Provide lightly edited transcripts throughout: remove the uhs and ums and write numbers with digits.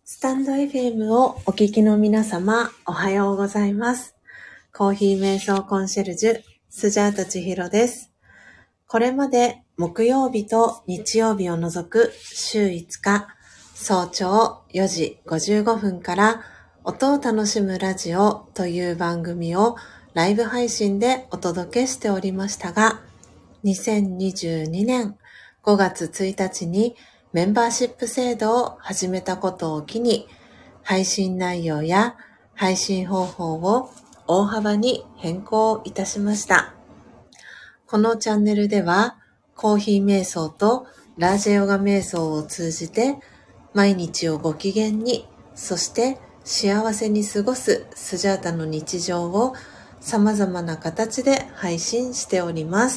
スタンド FM をお聞きの皆様、おはようございます。コーヒー瞑想コンシェルジュ、スジャータ千尋です。これまで木曜日と日曜日を除く週5日、早朝4時55分から音を楽しむラジオという番組をライブ配信でお届けしておりましたが、2022年5月1日にメンバーシップ制度を始めたことを機に、配信内容や配信方法を大幅に変更いたしました。このチャンネルでは、コーヒー瞑想とラージェヨガ瞑想を通じて、毎日をご機嫌に、そして幸せに過ごすスジャータの日常を様々な形で配信しております。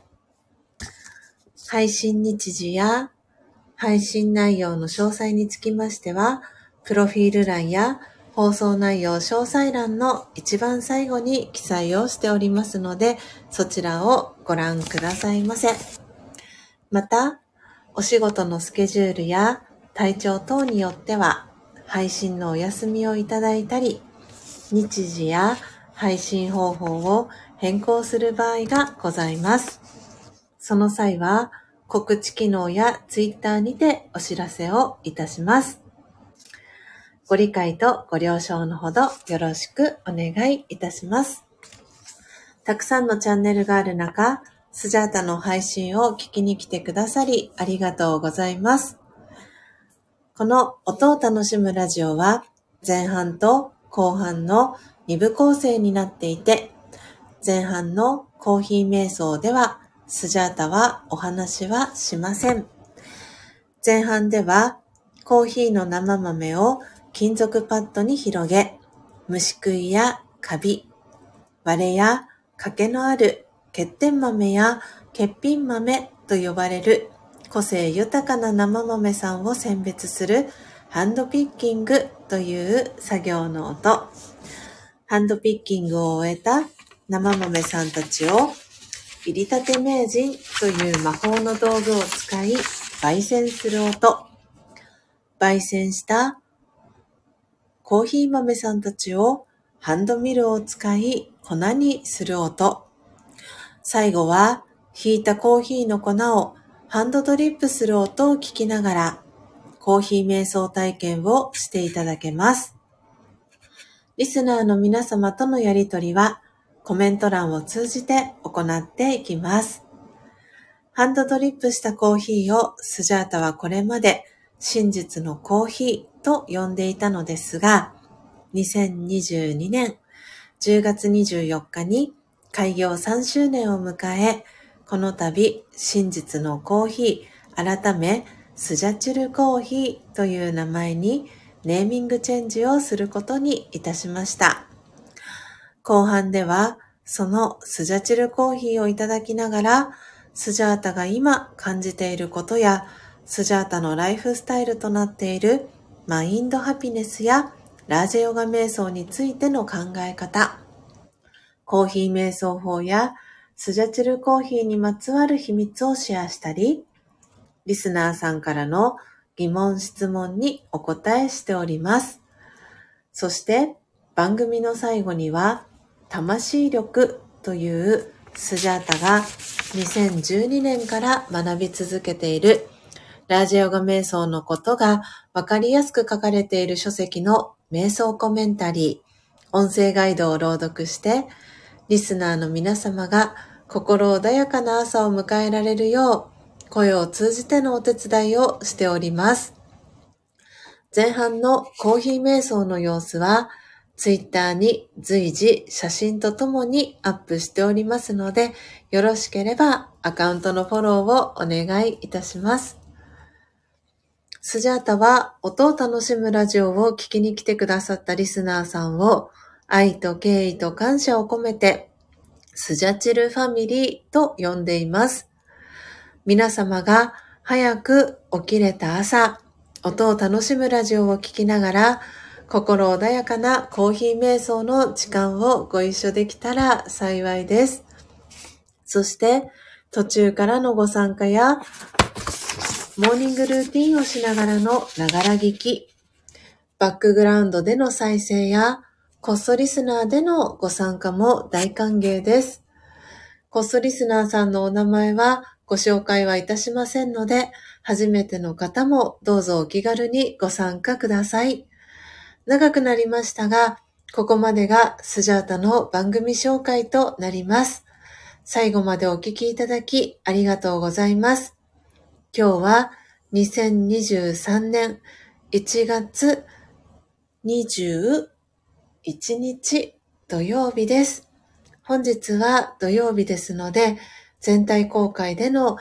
配信日時や配信内容の詳細につきましては、プロフィール欄や放送内容詳細欄の一番最後に記載をしておりますので、そちらをご覧くださいませ。また、お仕事のスケジュールや体調等によっては、配信のお休みをいただいたり、日時や配信方法を変更する場合がございます。その際は、告知機能やツイッターにてお知らせをいたします。ご理解とご了承のほどよろしくお願いいたします。たくさんのチャンネルがある中、スジャータの配信を聞きに来てくださりありがとうございます。この音を楽しむラジオは前半と後半の2部構成になっていて、前半のコーヒー瞑想ではスジャータはお話はしません。前半ではコーヒーの生豆を金属パッドに広げ、虫食いやカビ、割れや欠けのある欠点豆や欠品豆と呼ばれる個性豊かな生豆さんを選別するハンドピッキングという作業の音。ハンドピッキングを終えた生豆さんたちを入りたて名人という魔法の道具を使い焙煎する音。焙煎したコーヒー豆さんたちをハンドミルを使い粉にする音。最後はひいたコーヒーの粉をハンドドリップする音を聞きながらコーヒー瞑想体験をしていただけます。リスナーの皆様とのやりとりはコメント欄を通じて行っていきます。ハンドドリップしたコーヒーをスジャータはこれまで真実のコーヒーと呼んでいたのですが、2022年10月24日に開業3周年を迎え、この度真実のコーヒー改めスジャチルコーヒーという名前にネーミングチェンジをすることにいたしました。後半ではそのスジャチルコーヒーをいただきながら、スジャータが今感じていることや、スジャータのライフスタイルとなっているマインドハピネスやラージェヨガ瞑想についての考え方、コーヒー瞑想法やスジャチルコーヒーにまつわる秘密をシェアしたり、リスナーさんからの疑問質問にお答えしております。そして番組の最後には魂力というスジャータが2012年から学び続けているラージェヨガ瞑想のことがわかりやすく書かれている書籍の瞑想コメンタリー、音声ガイドを朗読して、リスナーの皆様が心穏やかな朝を迎えられるよう、声を通じてのお手伝いをしております。前半のコーヒー瞑想の様子は、ツイッターに随時写真とともにアップしておりますので、よろしければアカウントのフォローをお願いいたします。スジャータは音を楽しむラジオを聞きに来てくださったリスナーさんを愛と敬意と感謝を込めてスジャチルファミリーと呼んでいます。皆様が早く起きれた朝、音を楽しむラジオを聞きながら心穏やかなコーヒー瞑想の時間をご一緒できたら幸いです。そして途中からのご参加やモーニングルーティンをしながらのながら聞き、 バックグラウンドでの再生や、コストリスナーでのご参加も大歓迎です。コストリスナーさんのお名前はご紹介はいたしませんので、初めての方もどうぞお気軽にご参加ください。長くなりましたが、ここまでがスジャータの番組紹介となります。最後までお聞きいただきありがとうございます。今日は2023年1月21日土曜日です。本日は土曜日ですので、全体公開での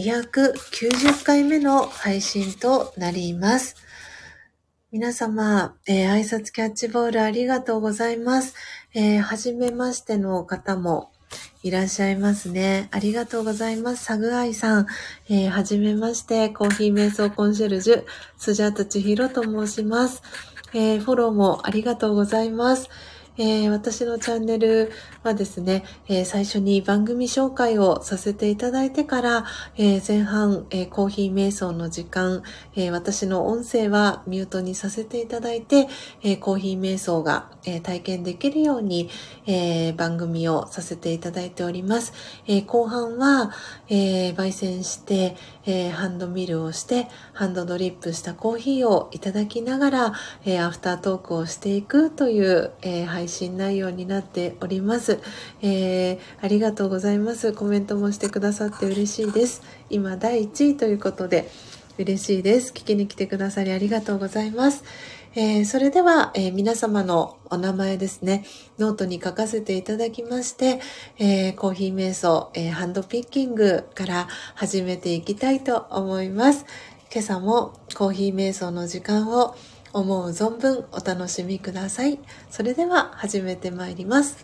290回目の配信となります。皆様、挨拶キャッチボールありがとうございます。はじめましての方もいらっしゃいますね。ありがとうございます。サグアイさん、はじめまして、コーヒー瞑想コンシェルジュ、スジャータチヒロと申します。フォローもありがとうございます。私のチャンネルはですね、最初に番組紹介をさせていただいてから、前半、コーヒー瞑想の時間、私の音声はミュートにさせていただいて、コーヒー瞑想が、体験できるように、番組をさせていただいております。後半は、焙煎して、ハンドミルをしてハンドドリップしたコーヒーをいただきながら、アフタートークをしていくという、配信内容になっております。ありがとうございます。コメントもしてくださって嬉しいです。今第1位ということで嬉しいです。聞きに来てくださりありがとうございます。それでは、皆様のお名前ですね、ノートに書かせていただきまして、コーヒー瞑想、ハンドピッキングから始めていきたいと思います。今朝もコーヒー瞑想の時間を思う存分お楽しみください。それでは始めてまいります。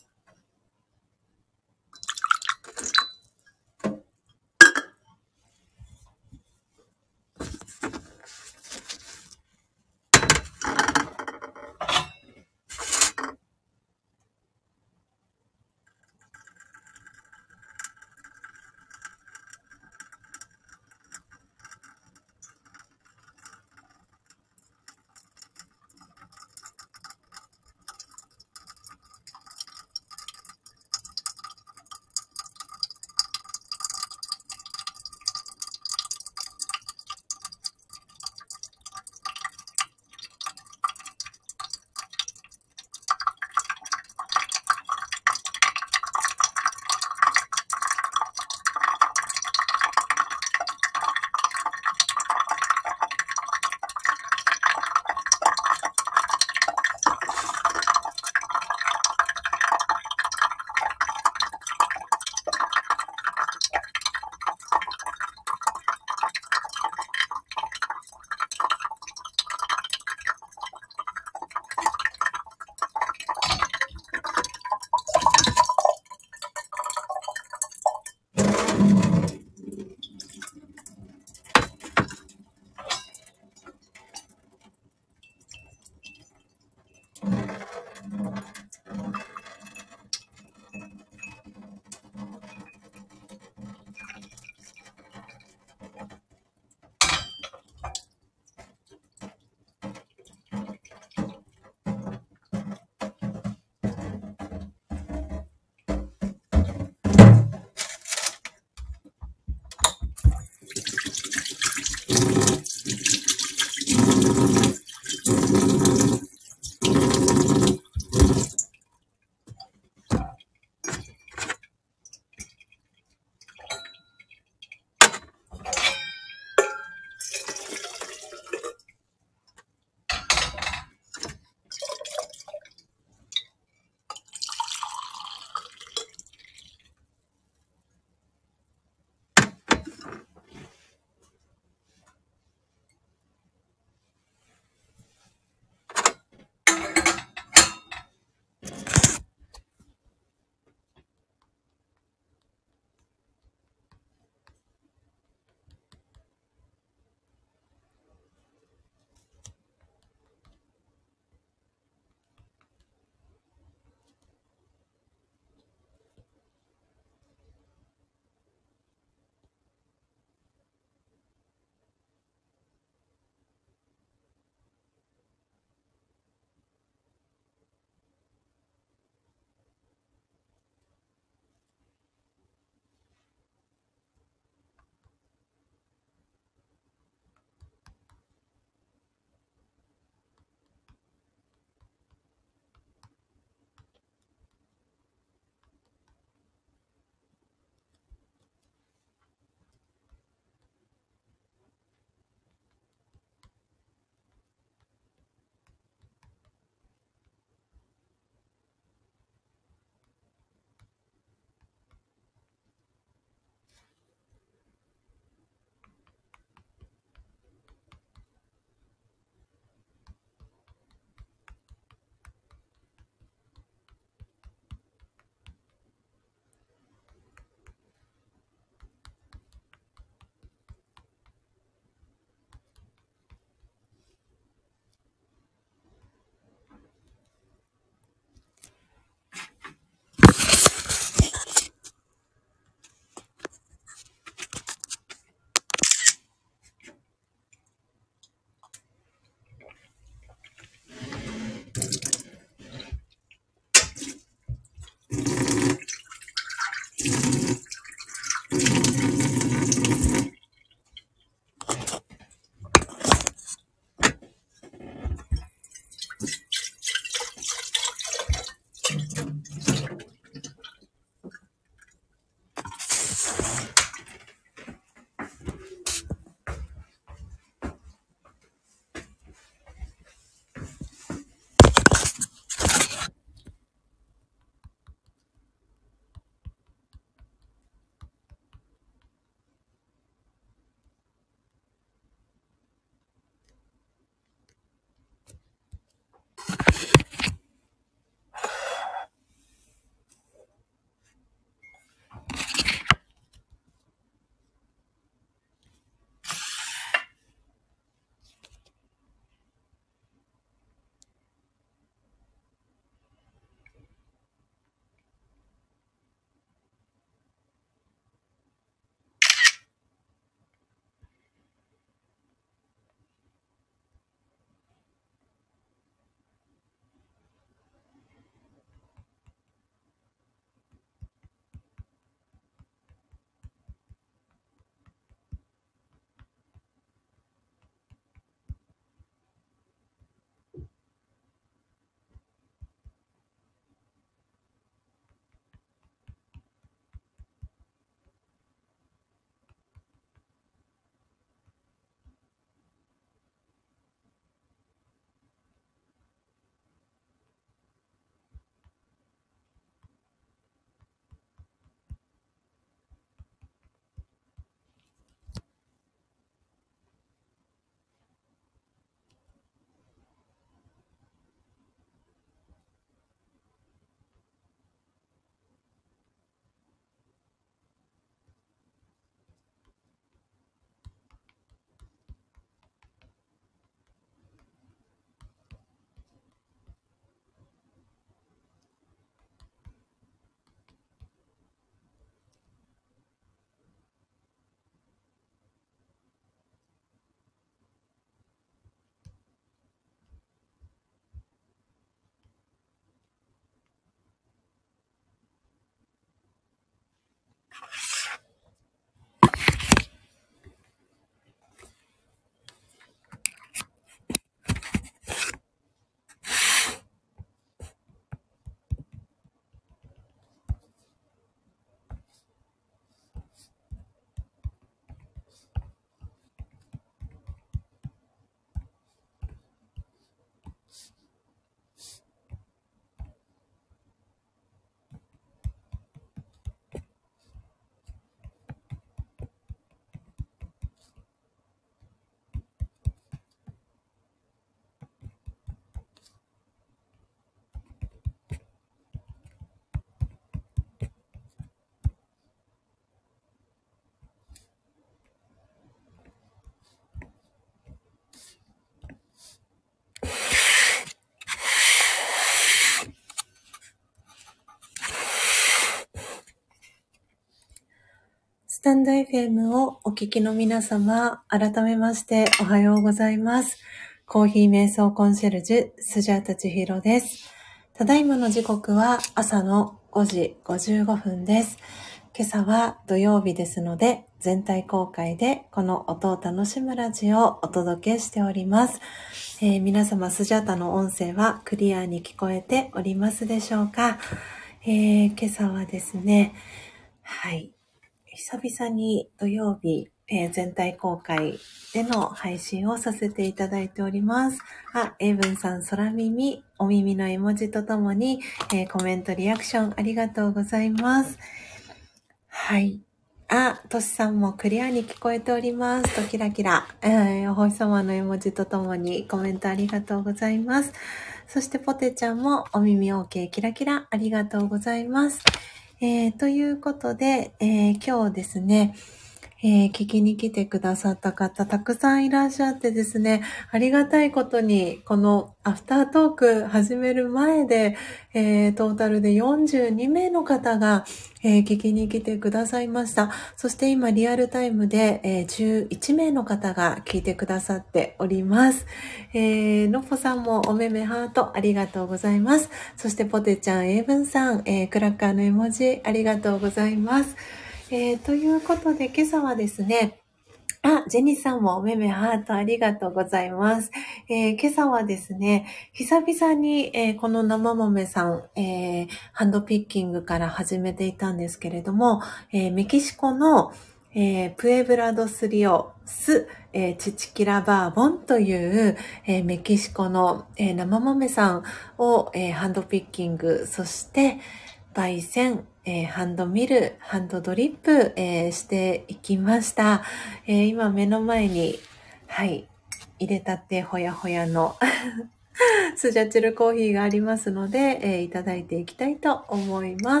スタンド FM をお聞きの皆様、改めましておはようございます。コーヒー瞑想コンシェルジュ、スジャータチヒロです。ただいまの時刻は朝の5時55分です。今朝は土曜日ですので、全体公開でこの音を楽しむラジオをお届けしております。皆様、スジャータの音声はクリアに聞こえておりますでしょうか。今朝はですね、はい。久々に土曜日、全体公開での配信をさせていただいております。エイブンさん、空耳、お耳の絵文字とともに、コメント、リアクションありがとうございます。はい。トシさんもクリアに聞こえております。とキラキラ、お星様の絵文字とともにコメントありがとうございます。そしてポテちゃんもお耳 OK キラキラありがとうございます。ということで、今日ですね、聞きに来てくださった方たくさんいらっしゃってですね、ありがたいことにこのアフタートーク始める前で、トータルで42名の方が、聞きに来てくださいました。そして今リアルタイムで、11名の方が聞いてくださっております。のっぽさんもおめめハートありがとうございます。そしてポテちゃん、エイブンさん、クラッカーの絵文字ありがとうございます。ということで今朝はですね、ジェニーさんもおめめハートありがとうございます。今朝はですね、久々に、この生豆さん、ハンドピッキングから始めていたんですけれども、メキシコの、プエブラドスリオス、チチキラバーボンという、メキシコの、生豆さんを、ハンドピッキング、そして焙煎、ハンドミル、ハンドドリップ、していきました。今目の前に、はい、入れたてほやほやのスジャチルコーヒーがありますので、いただいていきたいと思います。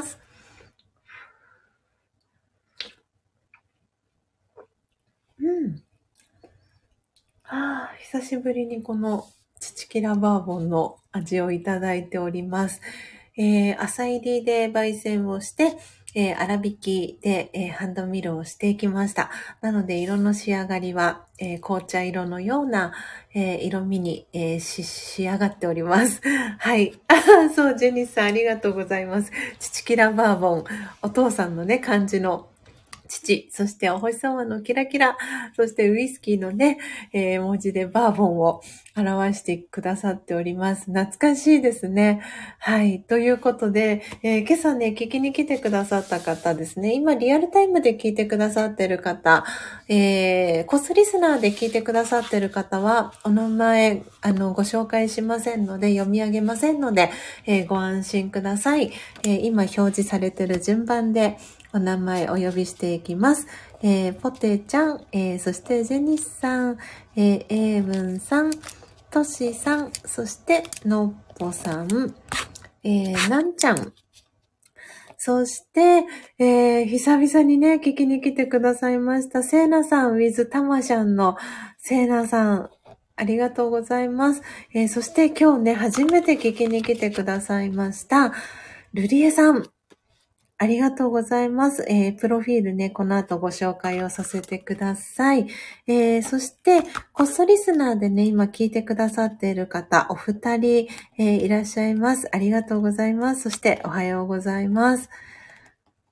久しぶりにこのチチキラバーボンの味をいただいております。朝入りで焙煎をして、粗挽きで、ハンドミルをしていきました。なので色の仕上がりは、紅茶色のような、色味に、仕上がっております。はい。そう、ジェニスさんありがとうございます。チチキラバーボン、お父さんのね、漢字の父、そしてお星様のキラキラ、そしてウイスキーのね、文字でバーボンを表してくださっております。懐かしいですね。はい。ということで、今朝ね、聞きに来てくださった方ですね、今リアルタイムで聞いてくださってる方、コスリスナーで聞いてくださってる方は、お名前、ご紹介しませんので、読み上げませんので、ご安心ください。今表示されてる順番で、お名前お呼びしていきます。ポテちゃん、そしてジェニスさん、エイブンさん、トシさん、そしてのっぽさん、なんちゃん、そして、久々にね、聞きに来てくださいました。セイナさん with タマシャンのセイナさん、ありがとうございます。そして今日ね、初めて聞きに来てくださいました。ルリエさん、ありがとうございます。プロフィールね、この後ご紹介をさせてください。そして、コストリスナーでね、今聞いてくださっている方、お二人、いらっしゃいます。ありがとうございます。そして、おはようございます。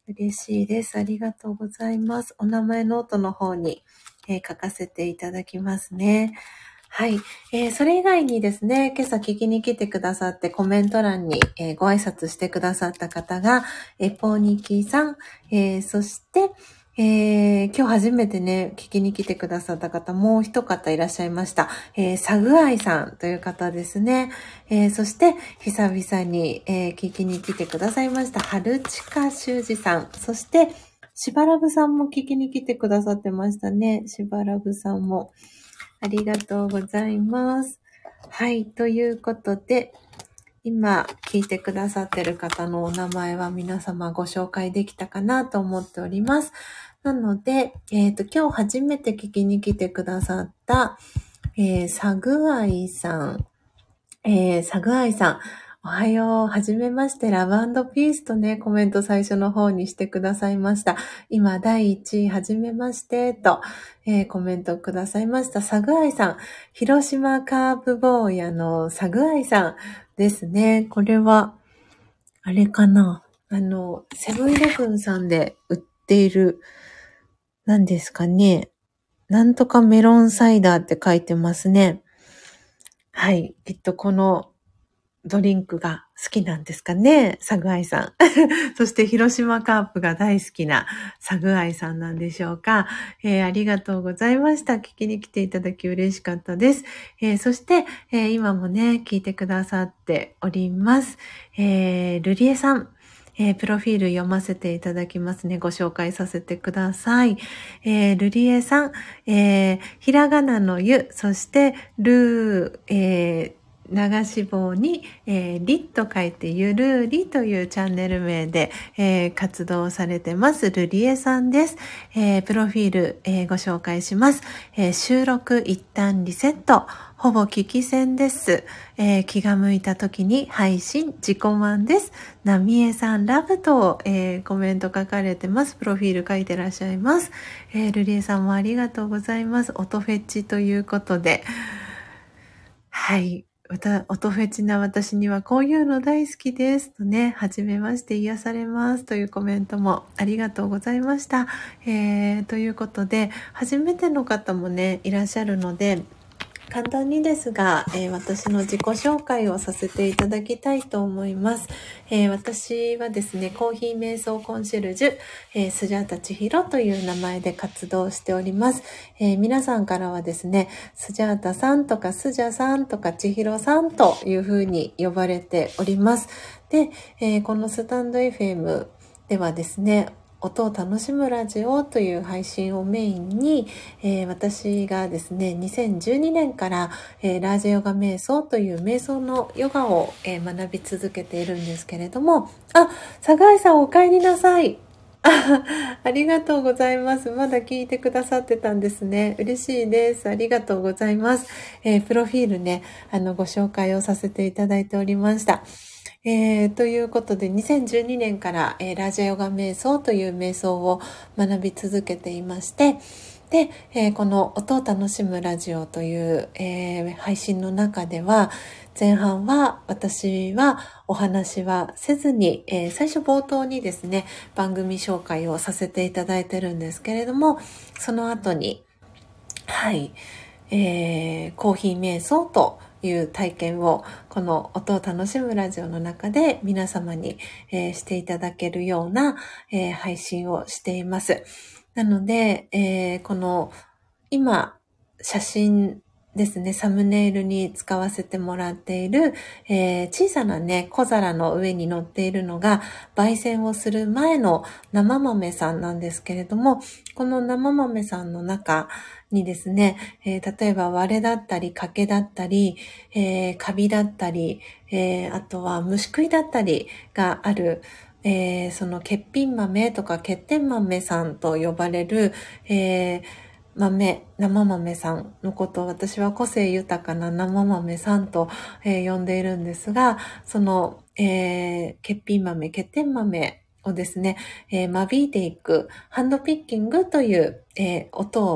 嬉しいです。ありがとうございます。お名前ノートの方に、書かせていただきますね。はい。それ以外にですね、今朝聞きに来てくださってコメント欄に、ご挨拶してくださった方が、ポーニーキーさん、そして、今日初めてね、聞きに来てくださった方、もう一方いらっしゃいました。サグアイさんという方ですね。そして、久々に、聞きに来てくださいました。春近修二さん。そして、しばらぶさんも聞きに来てくださってましたね。しばらぶさんも。ありがとうございます。はい。ということで、今聞いてくださってる方のお名前は皆様ご紹介できたかなと思っております。なので、今日初めて聞きに来てくださった、サグアイさん、サグアイさん、おはよう。はじめまして、ラブ&ピースとね、コメント最初の方にしてくださいました。今、第1位、はじめまして、と、コメントくださいました。サグアイさん、広島カープ坊やのサグアイさんですね。これは、あれかな。セブンイレブンさんで売っている、何ですかね。なんとかメロンサイダーって書いてますね。はい。きっとこの、ドリンクが好きなんですかね、サグアイさん。そして広島カープが大好きなサグアイさんなんでしょうか。ありがとうございました。聞きに来ていただき嬉しかったです。そして、今もね、聞いてくださっております。ルリエさん。プロフィール読ませていただきますね。ご紹介させてください。ルリエさん、ひらがなのゆ、そしてルー、流し棒に、りと書いてゆるりというチャンネル名で、活動されてますルリエさんです。プロフィール、ご紹介します。収録一旦リセット。ほぼ聞き戦です。気が向いた時に配信自己満です。なみえさんラブと、コメント書かれてます。プロフィール書いてらっしゃいます。ルリエさんもありがとうございます。音フェチということで。はい。音フェチな私にはこういうの大好きですとね、はじめまして癒されますというコメントもありがとうございました。ということで、初めての方もね、いらっしゃるので、簡単にですが、私の自己紹介をさせていただきたいと思います。私はですね、コーヒー瞑想コンシェルジュ、スジャータ千尋という名前で活動しております。皆さんからはですね、スジャータさんとかスジャさんとか千尋さんというふうに呼ばれております。で、このスタンド FM ではですね、音を楽しむラジオという配信をメインに、私がですね、2012年から、ラージャヨガ瞑想という瞑想のヨガを、学び続けているんですけれども、サガイさんお帰りなさい。ありがとうございます。まだ聞いてくださってたんですね。嬉しいです。ありがとうございます。プロフィールね、ご紹介をさせていただいておりました。ということで、2012年から、ラージャヨガ瞑想という瞑想を学び続けていまして、で、この音を楽しむラジオという、配信の中では、前半は私はお話はせずに、最初冒頭にですね、番組紹介をさせていただいてるんですけれども、その後に、はい、コーヒー瞑想という体験をこの音を楽しむラジオの中で皆様に、していただけるような、配信をしています。なので、この今写真ですね、サムネイルに使わせてもらっている、小さなね、小皿の上に乗っているのが焙煎をする前の生豆さんなんですけれども、この生豆さんの中にですね、例えば割れだったり欠けだったり、カビだったり、あとは虫食いだったりがある、その欠品豆とか欠点豆さんと呼ばれる、生豆さんのことを私は個性豊かな生豆さんと、呼んでいるんですが、その、欠品豆、欠点豆をですね、間引いていくハンドピッキングという、音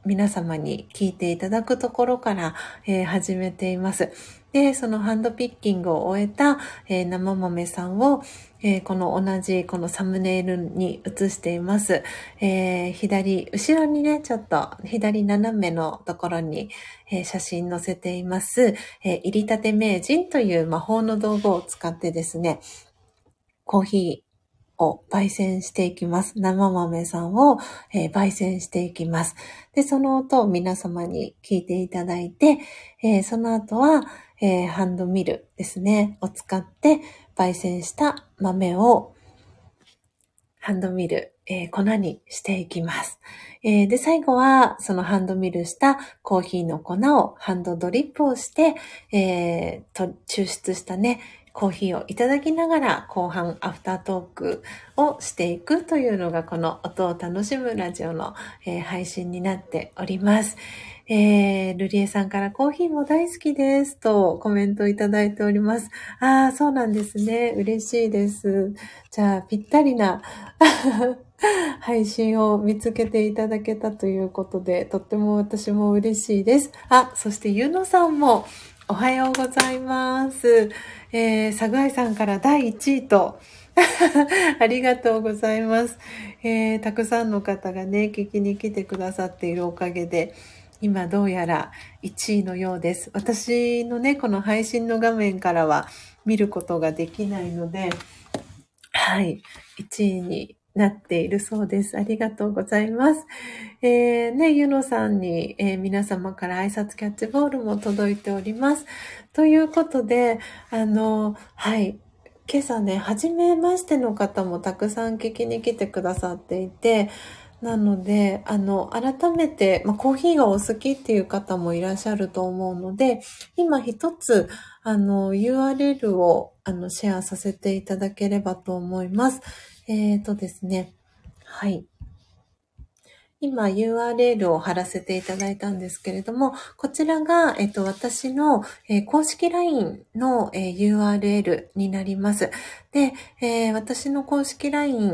皆様に聞いていただくところから、始めています。で、そのハンドピッキングを終えた、生豆さんを、この同じこのサムネイルに写しています。後ろにね、ちょっと左斜めのところに、写真載せています。入りたて名人という魔法の道具を使ってですね、コーヒーを焙煎していきます。生豆さんを、焙煎していきます。で、その音を皆様に聞いていただいて、その後は、ハンドミルですね、を使って焙煎した豆をハンドミル、粉にしていきます。で、最後はそのハンドミルしたコーヒーの粉をハンドドリップをして、抽出したね、コーヒーをいただきながら後半アフタートークをしていくというのがこの音を楽しむラジオの、配信になっております。ルリエさんからコーヒーも大好きですとコメントいただいております。ああ、そうなんですね。嬉しいです。じゃあ、ぴったりな配信を見つけていただけたということで、とっても私も嬉しいです。あ、そしてゆのさんもおはようございます。サグアイさんから第1位とありがとうございます。たくさんの方がね、聞きに来てくださっているおかげで、今どうやら1位のようです。私のね、この配信の画面からは見ることができないので、はい、1位になっているそうです。ありがとうございます。ね、ゆのさんに、皆様から挨拶キャッチボールも届いております。ということで、はい、今朝ね、初めましての方もたくさん聞きに来てくださっていて、なので、改めて、コーヒーがお好きっていう方もいらっしゃると思うので、今一つ、URL を、シェアさせていただければと思います。ですね。はい。今 URL を貼らせていただいたんですけれども、こちらが、私の、公式 LINE の、URL になります。で、私の公式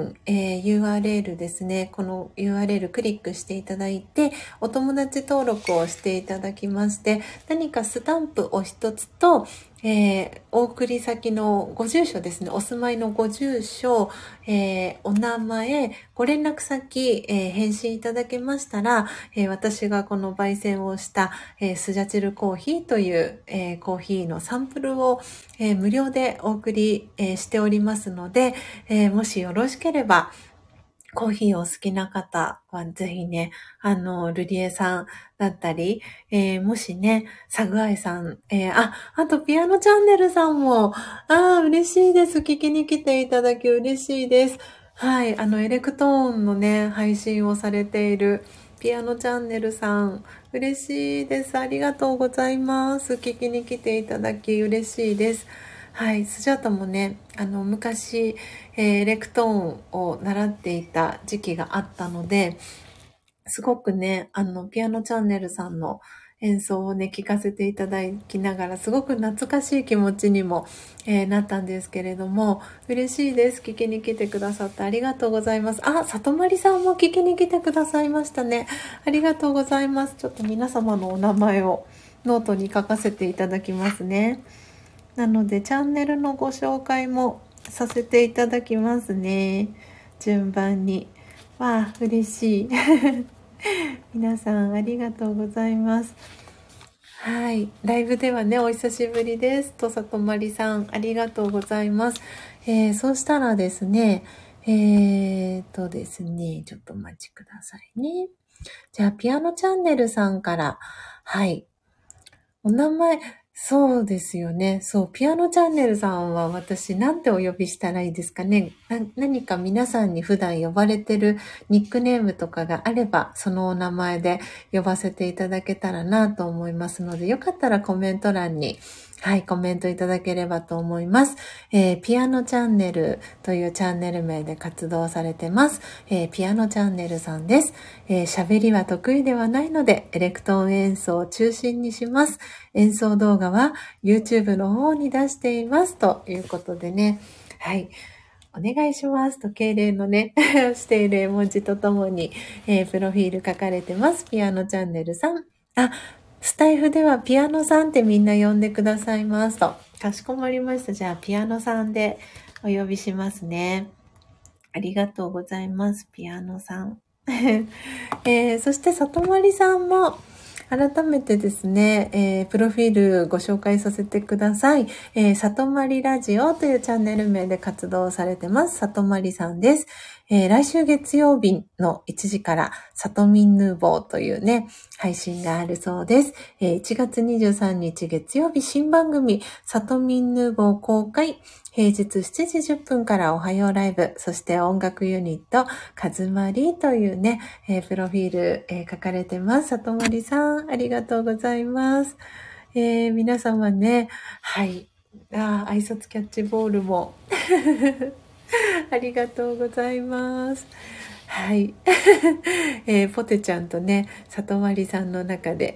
LINE、URL ですね、この URL クリックしていただいて、お友達登録をしていただきまして、何かスタンプを一つと、お送り先のご住所ですね、お住まいのご住所、お名前、ご連絡先、返信いただけましたら、私がこの焙煎をした、スジャチルコーヒーという、コーヒーのサンプルを、無料でお送り、しておりますので、もしよろしければ、コーヒーを好きな方はぜひね、ルリエさんだったり、もしね、サグアイさん、あとピアノチャンネルさんも、嬉しいです。聞きに来ていただき嬉しいです。はい、エレクトーンのね、配信をされているピアノチャンネルさん、嬉しいです。ありがとうございます。聞きに来ていただき嬉しいです。はい、スジャータもね、昔、エレクトーンを習っていた時期があったので、すごくね、ピアノチャンネルさんの演奏をね、聞かせていただきながら、すごく懐かしい気持ちにも、なったんですけれども、嬉しいです。聞きに来てくださってありがとうございます。里まりさんも聞きに来てくださいましたね。ありがとうございます。ちょっと皆様のお名前をノートに書かせていただきますね。なので、チャンネルのご紹介もさせていただきますね。順番に。わあ、嬉しい。皆さんありがとうございます。はい。ライブではね、お久しぶりです。と、里まりさん、ありがとうございます。そうしたらですね、ですね、ちょっとお待ちくださいね。じゃあ、ピアノチャンネルさんから、はい。お名前、そうですよね。そう、ピアノチャンネルさんは私なんてお呼びしたらいいですかね。何か皆さんに普段呼ばれてるニックネームとかがあれば、そのお名前で呼ばせていただけたらなと思いますので、よかったらコメント欄に、はい、コメントいただければと思います。ピアノチャンネルというチャンネル名で活動されてます。ピアノチャンネルさんです。喋りは得意ではないので、エレクトーン演奏を中心にします。演奏動画は YouTube の方に出しています。ということでね。はい。 お願いしますと敬礼のね、している絵文字とともに、プロフィール書かれてます。ピアノチャンネルさん。スタイフではピアノさんってみんな呼んでくださいますと。かしこまりました。じゃあ、ピアノさんでお呼びしますね。ありがとうございます。ピアノさん。そして、里まりさんも、改めてですね、プロフィールご紹介させてください。里まりラジオというチャンネル名で活動されてます。里まりさんです。来週月曜日の1時から、里民ヌーボーというね、配信があるそうです。1月23日月曜日新番組、里民ヌーボー公開、平日7時10分からおはようライブ、そして音楽ユニット、かずまりというね、プロフィール、書かれてます。里まりさん、ありがとうございます。皆様ね、はい。挨拶キャッチボールもありがとうございます。はい。ポテちゃんとね、里まりさんの中で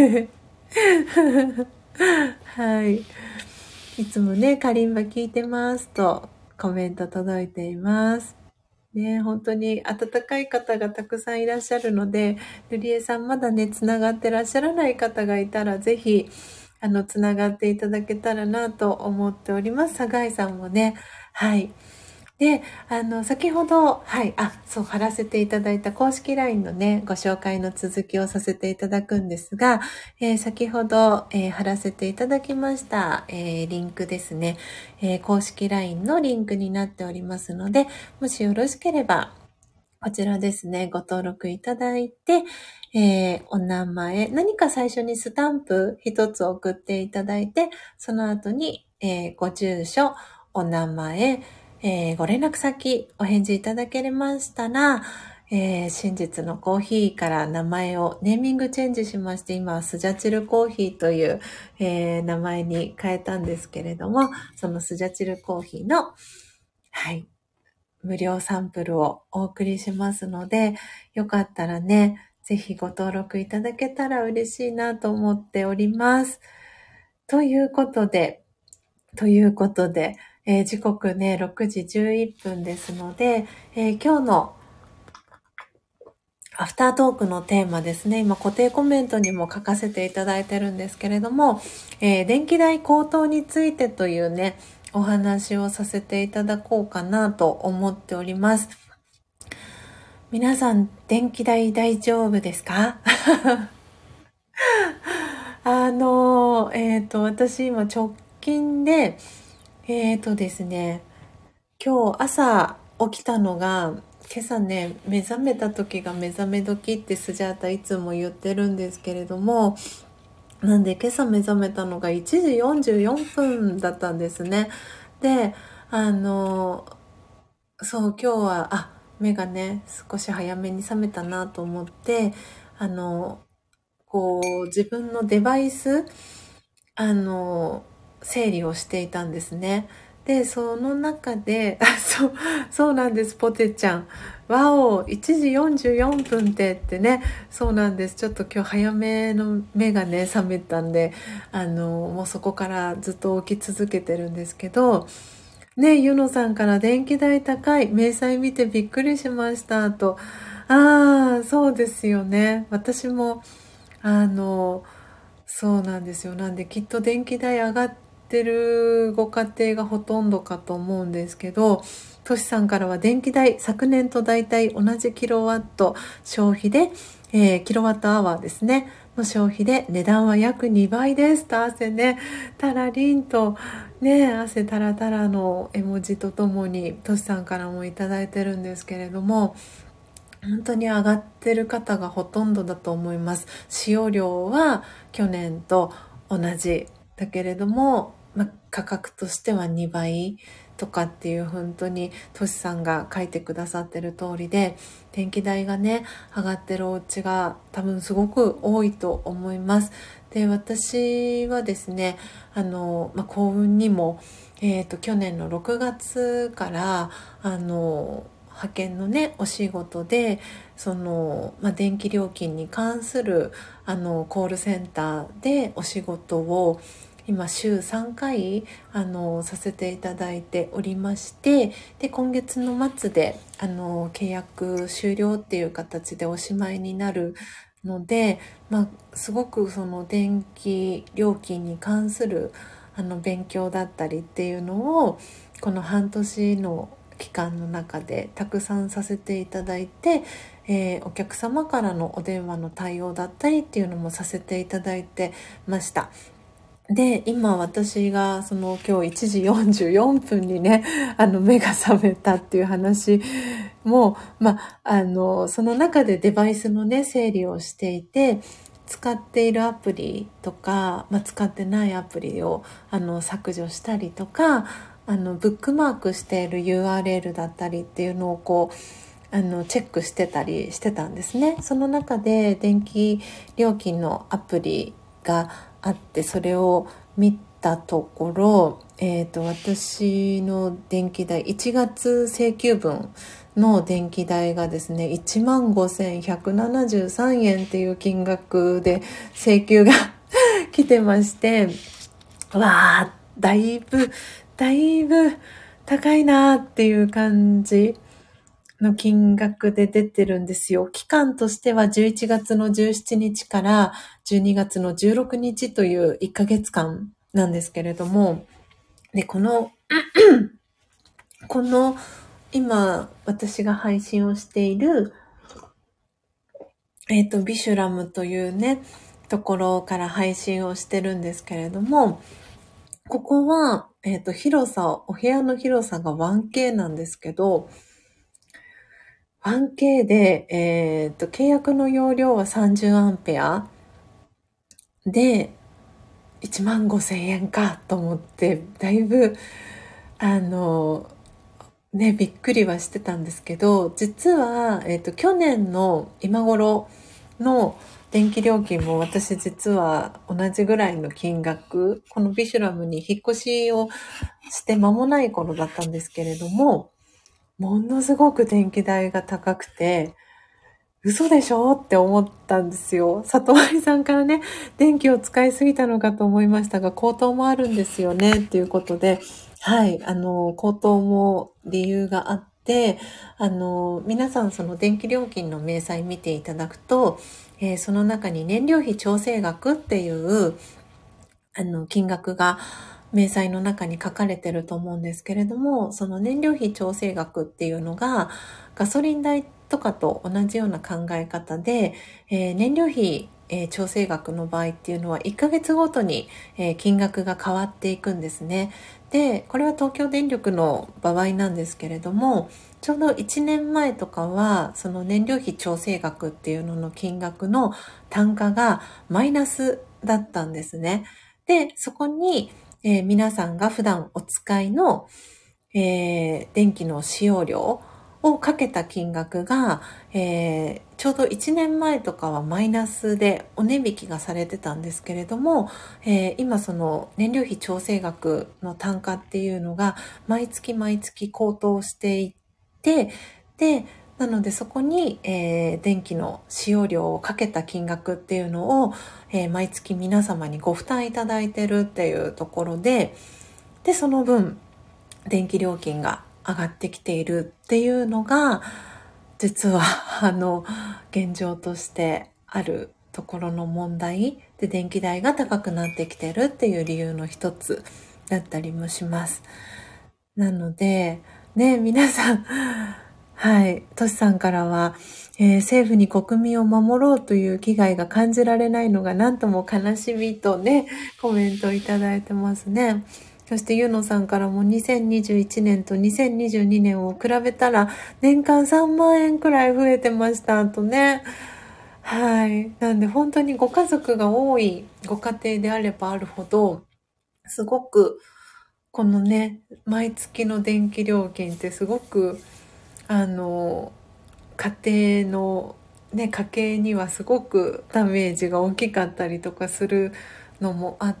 はい。いつもね、カリンバ聞いてますとコメント届いています。ね、本当に温かい方がたくさんいらっしゃるので、ゆりえさんまだね、つながってらっしゃらない方がいたら、ぜひ、つながっていただけたらなと思っております。佐井さんもね、はい。で、先ほど、はい、貼らせていただいた公式 LINE のね、ご紹介の続きをさせていただくんですが、先ほど、貼らせていただきました、リンクですね、公式 LINE のリンクになっておりますので、もしよろしければ、こちらですね、ご登録いただいて、お名前、何か最初にスタンプ一つ送っていただいて、その後に、ご住所、お名前、ご連絡先お返事いただけましたら、真実のコーヒーから名前をネーミングチェンジしまして、今はスジャチルコーヒーという、名前に変えたんですけれども、そのスジャチルコーヒーの、はい、無料サンプルをお送りしますので、よかったらね、ぜひご登録いただけたら嬉しいなと思っております。ということで、時刻ね、6時11分ですので、今日のアフタートークのテーマですね、今固定コメントにも書かせていただいてるんですけれども、電気代高騰についてというね、お話をさせていただこうかなと思っております。皆さん、電気代大丈夫ですか？私今直近で、ですね、今日朝起きたのが、今朝ね、目覚めた時が目覚め時ってスジャータいつも言ってるんですけれども、なんで今朝目覚めたのが1時44分だったんですね。で、そう、今日は、目がね、少し早めに覚めたなと思って、自分のデバイス、整理をしていたんですね。で、その中で、そうなんです、ポテちゃん。わお、1時44分ってね、そうなんです。ちょっと今日早めの目がね、覚めたんで、もうそこからずっと起き続けてるんですけど、ね、ゆのさんから電気代高い、明細見てびっくりしましたと。そうですよね。私も、そうなんですよ。なんできっと電気代上がってるご家庭がほとんどかと思うんですけど、トシさんからは電気代、昨年と大体同じキロワット消費で、キロワットアワーですね、の消費で値段は約2倍ですと汗ね、タラリンとね、汗タラタラの絵文字とともにトシさんからもいただいてるんですけれども、本当に上がってる方がほとんどだと思います。使用量は去年と同じだけれども、価格としては2倍とかっていう、本当にトシさんが書いてくださってる通りで、電気代がね上がってるお家が多分すごく多いと思います。で、私はですね、幸運にも、去年の6月から派遣のねお仕事で電気料金に関するコールセンターでお仕事を、 今週3回させていただいておりまして、で今月の末で契約終了っていう形でおしまいになるので、すごくその電気料金に関する勉強だったりっていうのをこの半年の期間の中でたくさんさせていただいて、お客様からのお電話の対応だったりっていうのもさせていただいてました。で、今私がその今日1時44分にね、目が覚めたっていう話も、その中でデバイスのね、整理をしていて、使っているアプリとか、使ってないアプリを削除したりとか、ブックマークしている URL だったりっていうのをこう、チェックしてたりしてたんですね。その中で電気料金のアプリがあって、それを見たところ、私の電気代、1月請求分の電気代がですね、15,173 円っていう金額で請求が来てまして、わー、だいぶ高いなーっていう感じの金額で出てるんですよ。期間としては11月の17日から12月の16日という1ヶ月間なんですけれども、で、この今私が配信をしているビシュラムというねところから配信をしてるんですけれども、ここはお部屋の広さが 1K なんですけど、1K で契約の容量は30アンペアで15,000円かと思って、だいぶびっくりはしてたんですけど、実は、去年の今頃の電気料金も私実は同じぐらいの金額、このビシュラムに引っ越しをして間もない頃だったんですけれども、ものすごく電気代が高くて、嘘でしょって思ったんですよ。里割さんからね、電気を使いすぎたのかと思いましたが、高騰もあるんですよねっていうことで、はい、高騰も理由があって、皆さんその電気料金の明細見ていただくと、その中に燃料費調整額っていう金額が明細の中に書かれてると思うんですけれども、その燃料費調整額っていうのがガソリン代とかと同じような考え方で、燃料費調整額の場合っていうのは1ヶ月ごとに金額が変わっていくんですね。で、これは東京電力の場合なんですけれども、ちょうど1年前とかはその燃料費調整額っていうのの金額の単価がマイナスだったんですね。で、そこに、皆さんが普段お使いの、電気の使用量をかけた金額が、ちょうど1年前とかはマイナスでお値引きがされてたんですけれども、今その燃料費調整額の単価っていうのが毎月高騰していって、で、なのでそこに、電気の使用量をかけた金額っていうのを、毎月皆様にご負担いただいてるっていうところで、その分電気料金が上がってきているっていうのが実は現状としてあるところの問題で、電気代が高くなってきてるっていう理由の一つだったりもします。なのでね、皆さんはい、トシさんからは、政府に国民を守ろうという気概が感じられないのが何とも悲しみとね、コメントいただいてますね。そしてゆのさんからも2021年と2022年を比べたら年間3万円くらい増えてましたとね。はい。なんで本当にご家族が多いご家庭であればあるほど、すごくこのね、毎月の電気料金ってすごく家庭のね、家計にはすごくダメージが大きかったりとかするのもあって、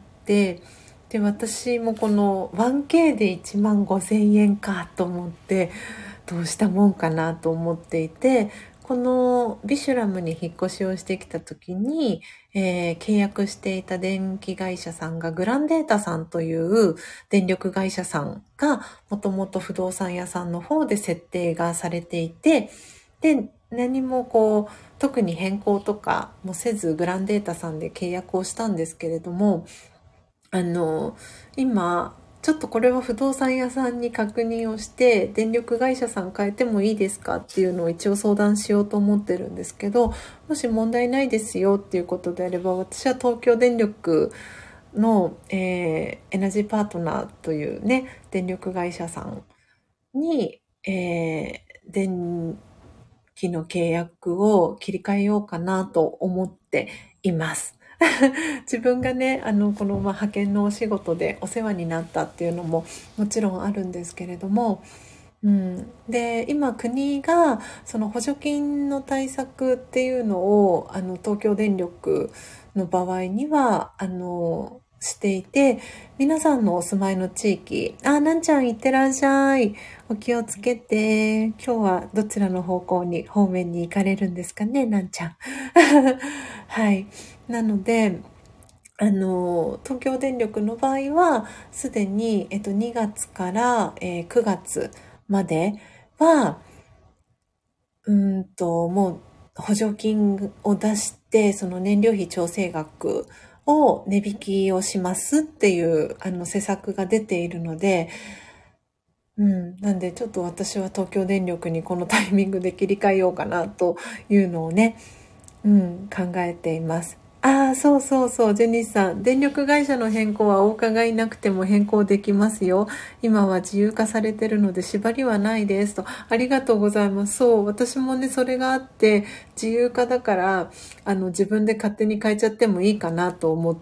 で、私もこの 1K で15,000円かと思って、どうしたもんかなと思っていて、 このビシュラムに引っ越しをしてきた時に、契約していた電気会社さんがグランデータさんという電力会社さんがもともと不動産屋さんの方で設定がされていて、で、何も特に変更とかもせずグランデータさんで契約をしたんですけれども、今、ちょっとこれは不動産屋さんに確認をして、電力会社さん変えてもいいですかっていうのを一応相談しようと思ってるんですけど、もし問題ないですよっていうことであれば、私は東京電力の、エナジーパートナーというね、電力会社さんに、電気の契約を切り替えようかなと思っています。自分がね、この派遣のお仕事でお世話になったっていうのももちろんあるんですけれども、で、今国がその補助金の対策っていうのを東京電力の場合にはしていて、皆さんのお住まいの地域、なんちゃんいってらっしゃい。お気をつけて。今日はどちらの方面に行かれるんですかね、なんちゃん。はい。なので、東京電力の場合は、すでに、2月から、9月までは、もう補助金を出して、その燃料費調整額を値引きをしますっていう、施策が出ているので、なんでちょっと私は東京電力にこのタイミングで切り替えようかなというのをね、考えています。そうそうそう、ジェニスさん。電力会社の変更はお伺いなくても変更できますよ。今は自由化されてるので縛りはないですと。ありがとうございます。そう、私もね、それがあって、自由化だから、自分で勝手に変えちゃってもいいかなと思って、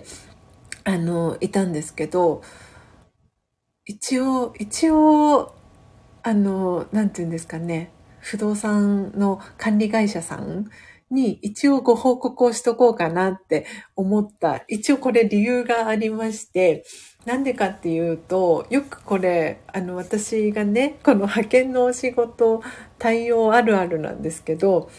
いたんですけど、一応、なんていうんですかね、不動産の管理会社さんに一応ご報告をしとこうかなって思った。一応これ理由がありまして、なんでかっていうと、よくこれ、私がね、この派遣のお仕事対応あるあるなんですけど、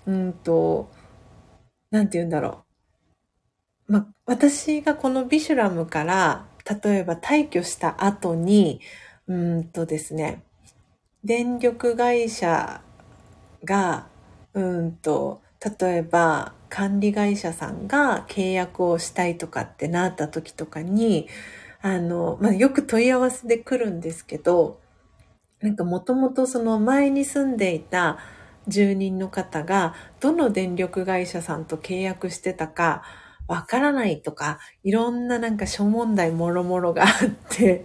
なんて言うんだろう。私がこのビシュラムから、例えば退去した後に、ですね、電力会社が、例えば管理会社さんが契約をしたいとかってなった時とかに、よく問い合わせで来るんですけど、なんかもともとその前に住んでいた住人の方が、どの電力会社さんと契約してたかわからないとか、いろんななんか諸問題もろもろがあって、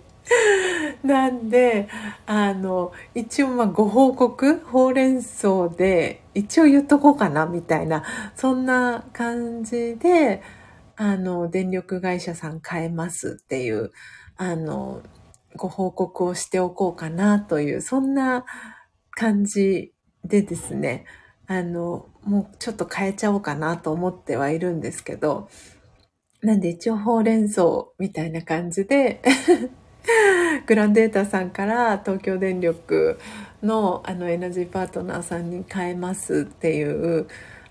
なんで、一応ご報告、ほうれん草で、一応言っとこうかな、みたいな、そんな感じで、電力会社さん変えますっていう、ご報告をしておこうかなという、そんな感じでですね、もうちょっと変えちゃおうかなと思ってはいるんですけど、なんで一応ほうれん草みたいな感じでグランデータさんから東京電力のエナジーパートナーさんに変えますっていう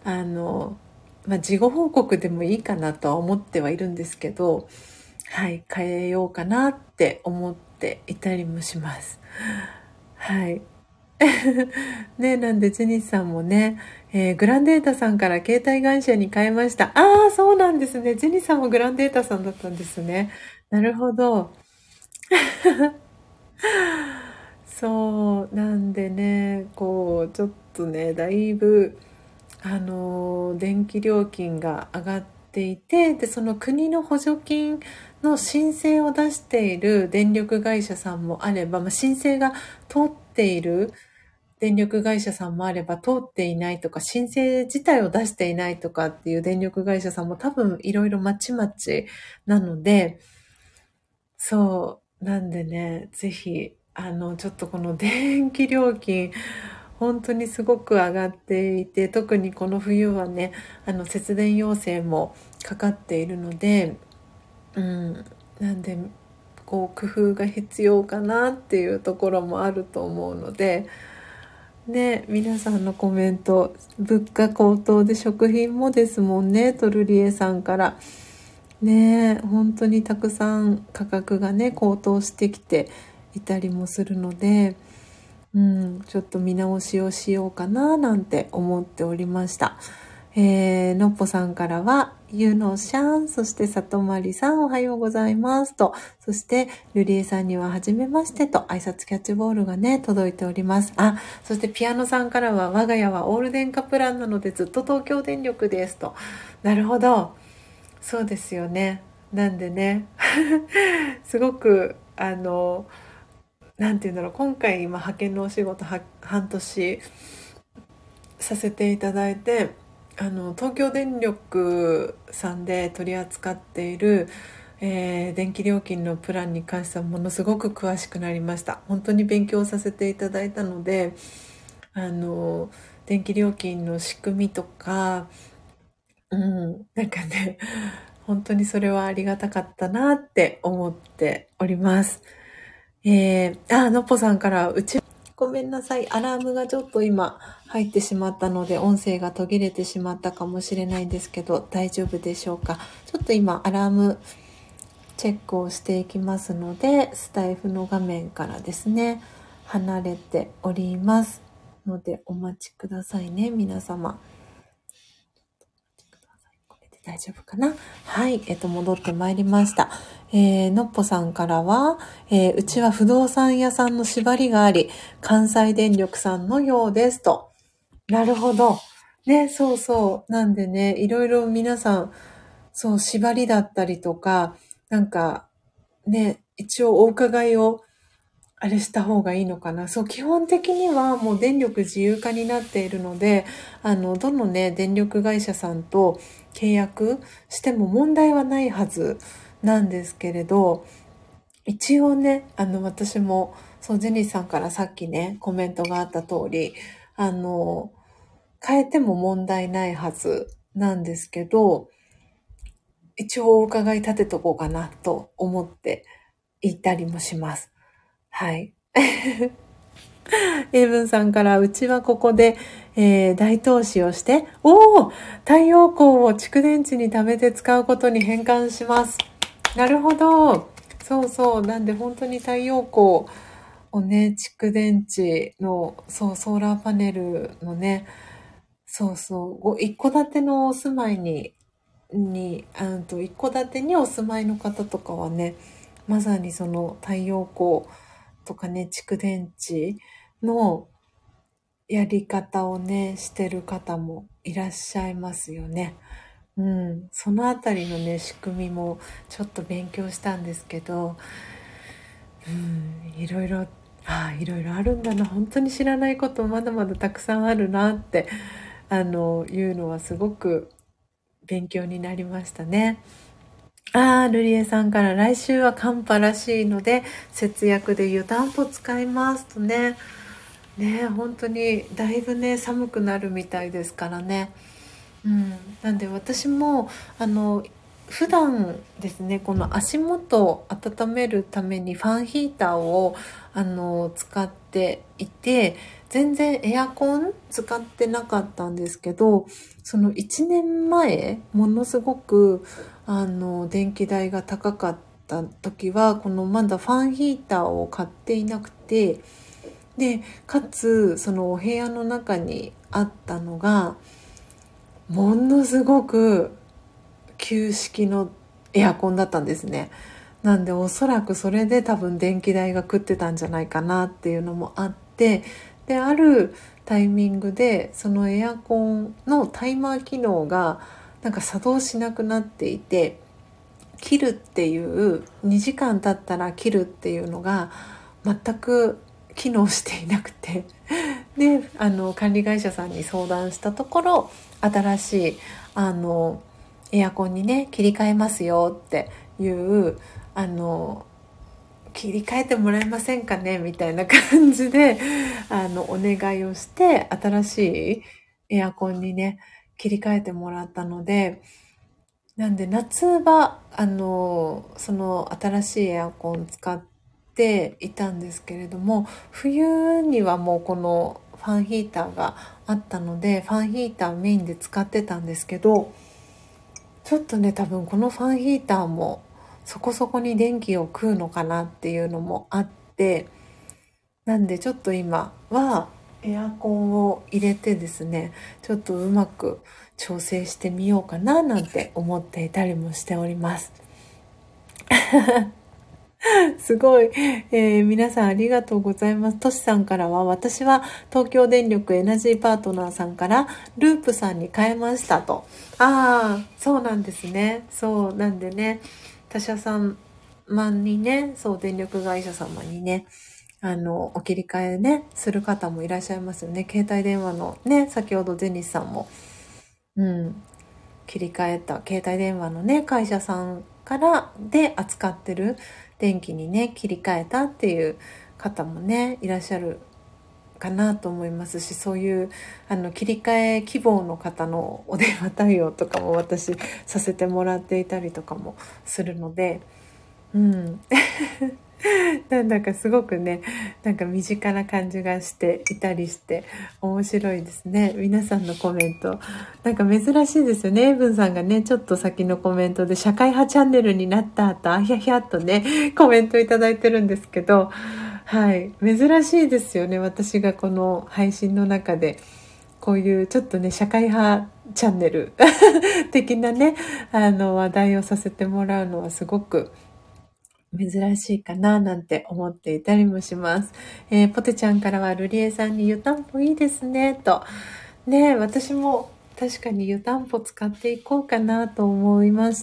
事後報告でもいいかなとは思ってはいるんですけど、はい、変えようかなって思っていたりもします。はい。ね、なんでジェニスさんもね、グランデータさんから携帯会社に変えました。そうなんですね。ジェニスさんもグランデータさんだったんですね。なるほど。そう、なんでね、ちょっとね、だいぶ、電気料金が上がっていて、で、その国の補助金の申請を出している電力会社さんもあれば、申請が通っている電力会社さんもあれば、通っていないとか、申請自体を出していないとかっていう電力会社さんも多分いろいろまちまちなので、そう、なんでね、ぜひ、ちょっとこの電気料金、本当にすごく上がっていて、特にこの冬はね、節電要請もかかっているので、なんで、工夫が必要かなっていうところもあると思うので、 ね、皆さんのコメント、物価高騰で食品もですもんね、トルリエさんから。ね、本当にたくさん価格がね、高騰してきていたりもするので、ちょっと見直しをしようかななんて思っておりました。のっぽさんからは、ゆのしゃん、そしてさとまりさんおはようございますと、そしてルリエさんにははじめましてと挨拶キャッチボールがね、届いております。あ、そしてピアノさんからは、我が家はオール電化プランなのでずっと東京電力ですと。なるほど。そうですよね。なんでね、すごく、なんていうんだろう、今回今派遣のお仕事半年させていただいて、東京電力さんで取り扱っている、電気料金のプランに関してはものすごく詳しくなりました。本当に勉強させていただいたので、電気料金の仕組みとか、なんかね、本当にそれはありがたかったなって思っております。のっぽさんからごめんなさい。アラームがちょっと今入ってしまったので、音声が途切れてしまったかもしれないんですけど、大丈夫でしょうか。ちょっと今、アラームチェックをしていきますので、スタイフの画面からですね、離れておりますので、お待ちくださいね、皆様。これで大丈夫かな。はい、戻ってまいりました。のっぽさんからは、うちは不動産屋さんの縛りがあり、関西電力さんのようですと。なるほど。ね、そうそう。なんでね、いろいろ皆さん、そう、縛りだったりとか、なんか、ね、一応お伺いを、あれした方がいいのかな。そう、基本的にはもう電力自由化になっているので、どのね、電力会社さんと契約しても問題はないはずなんですけれど、一応ね、私も、そう、ジェニーさんからさっきね、コメントがあった通り、変えても問題ないはずなんですけど、一応お伺い立てとこうかなと思っていたりもします。はい。エイブンさんから、うちはここで、大投資をして、太陽光を蓄電池に貯めて使うことに変換します。なるほど。そうそう。なんで本当に太陽光をね、蓄電池の、そう、ソーラーパネルのね、そうそう、一戸建てのお住まい一戸建てにお住まいの方とかはね、まさにその太陽光とかね、蓄電池のやり方をね、してる方もいらっしゃいますよね。そのあたりのね、仕組みもちょっと勉強したんですけど、いろいろ、いろいろあるんだな。本当に知らないことまだまだたくさんあるなって、いうのはすごく勉強になりましたね。ルリエさんから来週は寒波らしいので、節約で湯たんぽ使いますとね。ね、本当にだいぶね、寒くなるみたいですからね。なんで私も、普段ですね、この足元を温めるためにファンヒーターを、使っていて、全然エアコン使ってなかったんですけど、その1年前、ものすごく、電気代が高かった時は、このまだファンヒーターを買っていなくて、で、かつ、そのお部屋の中にあったのが、ものすごく旧式のエアコンだったんですね。なんでおそらくそれで多分電気代が食ってたんじゃないかなっていうのもあって、で、あるタイミングでそのエアコンのタイマー機能がなんか作動しなくなっていて、切るっていう2時間経ったら切るっていうのが全く機能していなくて、で管理会社さんに相談したところ、新しいエアコンにね切り替えますよっていう切り替えてもらえませんかねみたいな感じでお願いをして新しいエアコンにね切り替えてもらったので、なんで夏場その新しいエアコン使っていたんですけれども、冬にはもうこのファンヒーターがあったので、ファンヒーターメインで使ってたんですけど、ちょっとね、多分このファンヒーターもそこそこに電気を食うのかなっていうのもあって、なんでちょっと今はエアコンを入れてですね、ちょっとうまく調整してみようかななんて思っていたりもしております。すごい、皆さんありがとうございます。トシさんからは、私は東京電力エナジーパートナーさんからループさんに変えましたと。ああ、そうなんですね。そうなんでね、他社様にね、そう電力会社様にね、お切り替えね、する方もいらっしゃいますよね。携帯電話のね、先ほどゼニスさんも、うん、切り替えた携帯電話のね、会社さんからで扱ってる電気にね、切り替えたっていう方もね、いらっしゃるかなと思いますし、そういう切り替え希望の方のお電話対応とかも私させてもらっていたりとかもするので、うん。なんだかすごくね、なんか身近な感じがしていたりして面白いですね。皆さんのコメント。なんか珍しいですよね。エブンさんがね、ちょっと先のコメントで社会派チャンネルになった後、あひゃひゃっとね、コメントいただいてるんですけど、はい。珍しいですよね。私がこの配信の中で、こういうちょっとね、社会派チャンネル的なね、話題をさせてもらうのはすごく珍しいかななんて思っていたりもします。ポテちゃんからはルリエさんに湯たんぽいいですね、と。ね、私も確かに湯たんぽ使っていこうかなと思いました。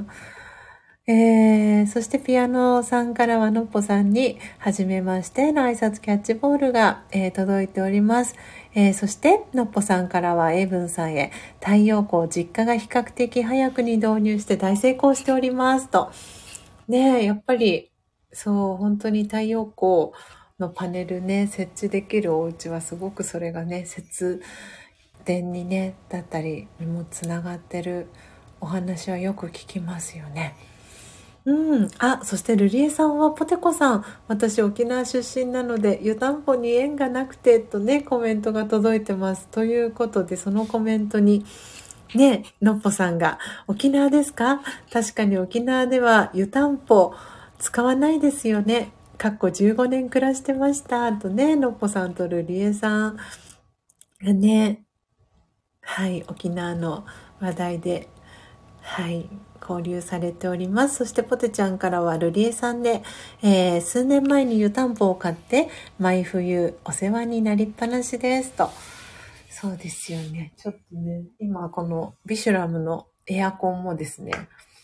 そしてピアノさんからはのっぽさんに、はじめましての挨拶キャッチボールが、届いております。そしてのっぽさんからはエイブンさんへ、太陽光実家が比較的早くに導入して大成功しておりますと。ねえ、やっぱり、そう、本当に太陽光のパネルね、設置できるお家はすごくそれがね、節電にね、だったりにもつながってるお話はよく聞きますよね。うん。あ、そしてルリエさんはポテコさん、私沖縄出身なので湯たんぽに縁がなくてとね、コメントが届いてます。ということで、そのコメントにね、のっぽさんが、沖縄ですか？確かに沖縄では湯たんぽ使わないですよね。かっこ15年暮らしてました。とね、のっぽさんとルリエさんがね、はい、沖縄の話題で、はい、交流されております。そしてポテちゃんからはルリエさんで、数年前に湯たんぽを買って、毎冬お世話になりっぱなしです。と。そうですよね。ちょっとね、今このビシュラムのエアコンもですね、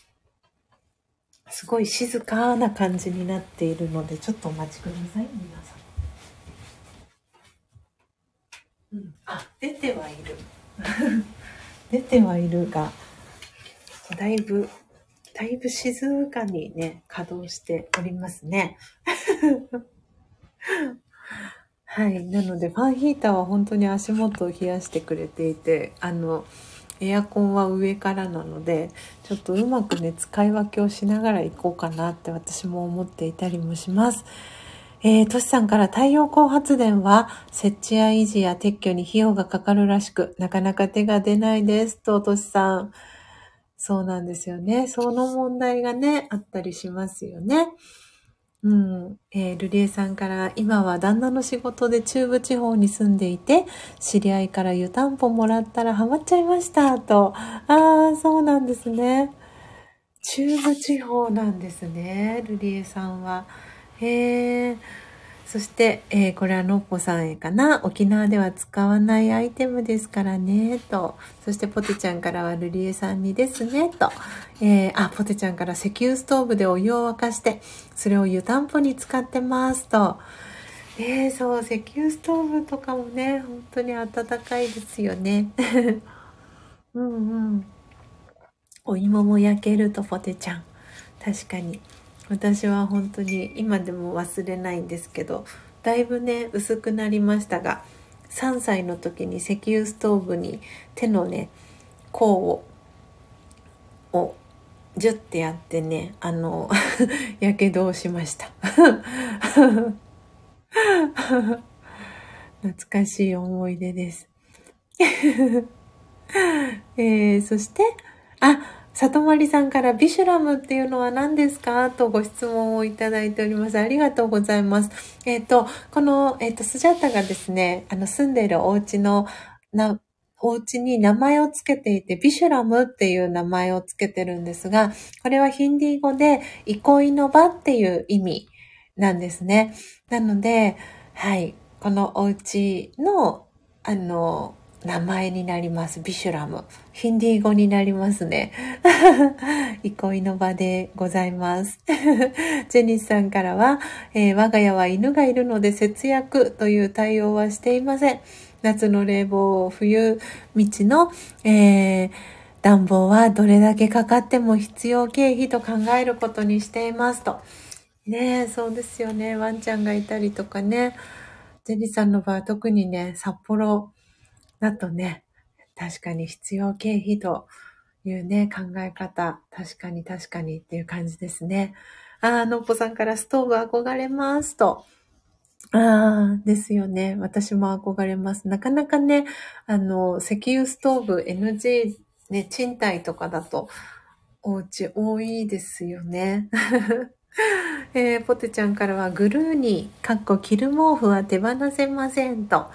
すごい静かな感じになっているので、ちょっとお待ちください、皆さん。うん、あ、出てはいる。出てはいるが、だいぶ、だいぶ静かにね、稼働しておりますね。はい。なので、ファンヒーターは本当に足元を冷やしてくれていて、エアコンは上からなので、ちょっとうまくね、使い分けをしながら行こうかなって私も思っていたりもします。トシさんから太陽光発電は設置や維持や撤去に費用がかかるらしく、なかなか手が出ないですと、トシさん。そうなんですよね。その問題がね、あったりしますよね。うん。ルリエさんから、今は旦那の仕事で中部地方に住んでいて、知り合いから湯たんぽもらったらハマっちゃいました、と。ああ、そうなんですね。中部地方なんですね、ルリエさんは。へえ。そして、これはのっぽさんへかな。沖縄では使わないアイテムですからね、と。そしてポテちゃんからはルリエさんにですね、と。ポテちゃんから石油ストーブでお湯を沸かして、それを湯たんぽに使ってます、と。そう、石油ストーブとかもね、本当に暖かいですよね。うんうん。お芋も焼けるとポテちゃん。確かに。私は本当に今でも忘れないんですけど、だいぶね、薄くなりましたが、3歳の時に石油ストーブに手のね、甲をジュッてやってね、やけどをしました。 懐かしい思い出です。そして、里まりさんからビシュラムっていうのは何ですかとご質問をいただいております。ありがとうございます。この、スジャータがですね、住んでいるお家に名前をつけていて、ビシュラムっていう名前をつけてるんですが、これはヒンディー語で憩いの場っていう意味なんですね。なので、はい、このお家の、名前になります。ビシュラム。ヒンディー語になりますね。憩いの場でございます。ジェニスさんからは、我が家は犬がいるので節約という対応はしていません。夏の冷房、冬道の、暖房はどれだけかかっても必要経費と考えることにしていますと。ねえ、そうですよね。ワンちゃんがいたりとかね。ジェニスさんの場合は特にね、札幌だとね、確かに必要経費というね、考え方、確かにっていう感じですね。のっぽさんからストーブ憧れますと。ですよね。私も憧れます。なかなかね、石油ストーブ NG、ね、賃貸とかだと、お家多いですよね。ポテちゃんからは、グルーニー、着る毛布は手放せませんと。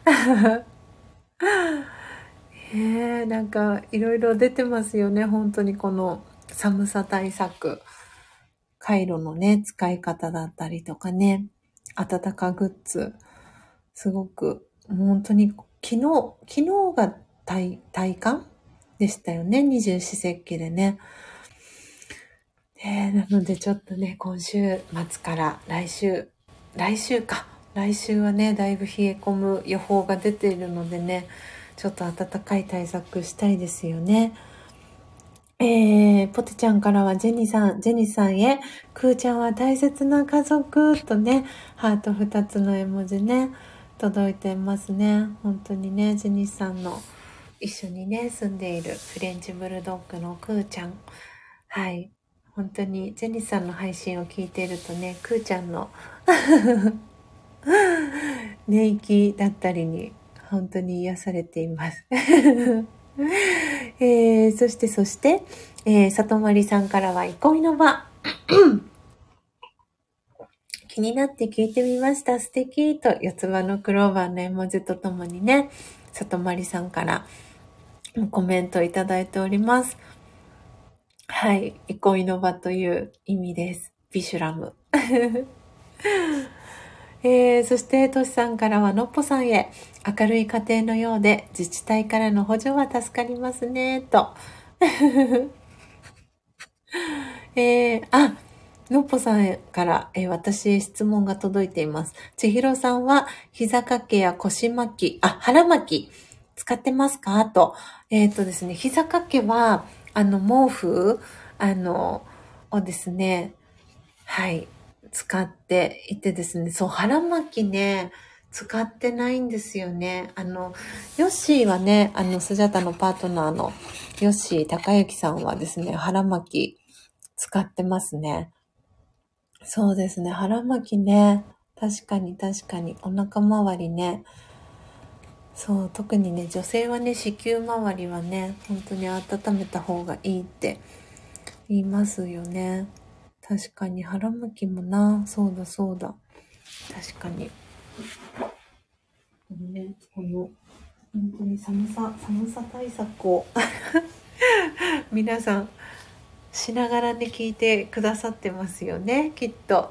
なんかいろいろ出てますよね。本当にこの寒さ対策。カイロのね、使い方だったりとかね。暖かグッズ。すごく、本当に昨日が体感でしたよね。二十四節気でね。なのでちょっとね、今週末から来週はね、だいぶ冷え込む予報が出ているのでね、ちょっと暖かい対策したいですよね。ポテちゃんからはジェニスさんへ、クーちゃんは大切な家族とね、ハート2つの絵文字ね、届いてますね。本当にね、ジェニスさんの一緒にね、住んでいるフレンチブルドッグのクーちゃん。はい。本当にジェニスさんの配信を聞いているとね、クーちゃんの寝息だったりに本当に癒されています。そして、里まりさんからは憩いの場。気になって聞いてみました。素敵と、四つ葉のクローバーの絵文字とともにね、里まりさんからコメントいただいております。はい。憩いの場という意味です。ビシュラム。そして、トシさんからはのっぽさんへ、明るい家庭のようで、自治体からの補助は助かりますね、と。のっぽさんから、私質問が届いています。ちひろさんは膝掛けや腰巻き、腹巻き使ってますかと。ですね、膝掛けは、毛布、をですね、はい、使っていてですね、そう、腹巻きね、使ってないんですよね。ヨッシーはね、スジャタのパートナーのヨッシー高之さんはですね、腹巻き使ってますね。そうですね。腹巻きね。確かに。お腹周りね。そう、特にね、女性はね、子宮周りはね、本当に温めた方がいいって言いますよね。確かに腹巻きもな。そうだ。確かに。ね、本当に寒さ対策を皆さんしながらね、聞いてくださってますよね、きっと。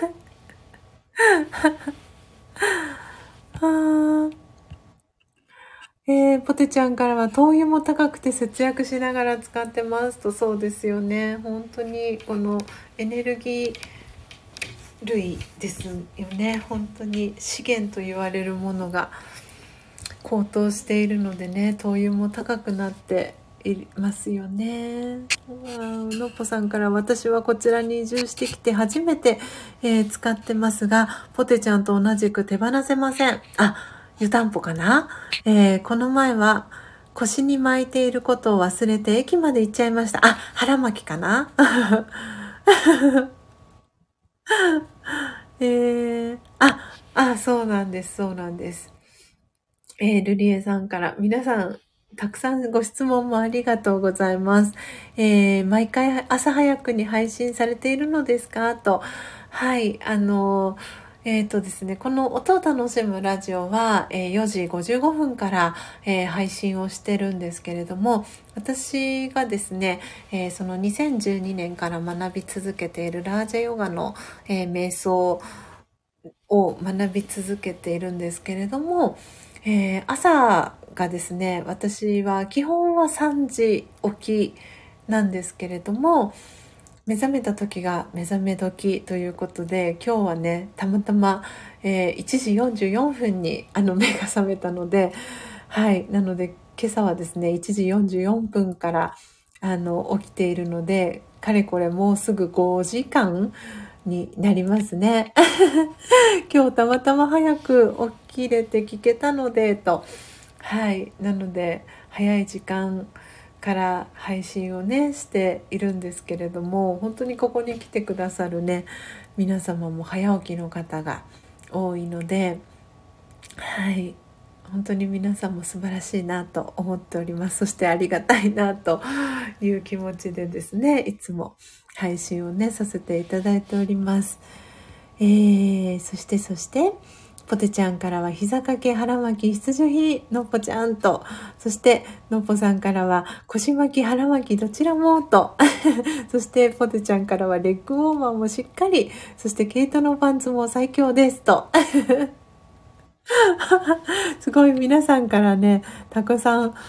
ポテちゃんからは灯油も高くて節約しながら使ってますと。そうですよね。本当にこのエネルギー類ですよね。本当に資源と言われるものが高騰しているのでね、灯油も高くなっていますよね。のっぽさんから、私はこちらに移住してきて初めて、使ってますが、ポテちゃんと同じく手放せません。湯たんぽかな、この前は腰に巻いていることを忘れて駅まで行っちゃいました。腹巻きかなそうなんです。 ルリエさんから皆さん、たくさんご質問もありがとうございます。毎回朝早くに配信されているのですかと。はい、ですね、この音を楽しむラジオは、4時55分から、配信をしてるんですけれども、私がですね、その2012年から学び続けているラージャヨガの、瞑想を学び続けているんですけれども、朝がですね、私は基本は3時起きなんですけれども、目覚めた時が目覚め時ということで、今日はね、たまたま、1時44分に目が覚めたので、はい、なので今朝はですね、1時44分から起きているので、かれこれもうすぐ5時間になりますね。今日たまたま早く起きれて聞けたのでと、はい、なので早い時間から配信をねしているんですけれども、本当にここに来てくださるね皆様も早起きの方が多いので、はい、本当に皆さんも素晴らしいなと思っております。そしてありがたいなという気持ちでですね、いつも配信をねさせていただいております。そしてポテちゃんからは膝掛け腹巻き必需品のっぽちゃんと、そしてのっぽさんからは腰巻き腹巻きどちらもとそしてポテちゃんからはレッグウォーマーもしっかり、そして毛糸のパンツも最強ですとすごい皆さんからね、たくさん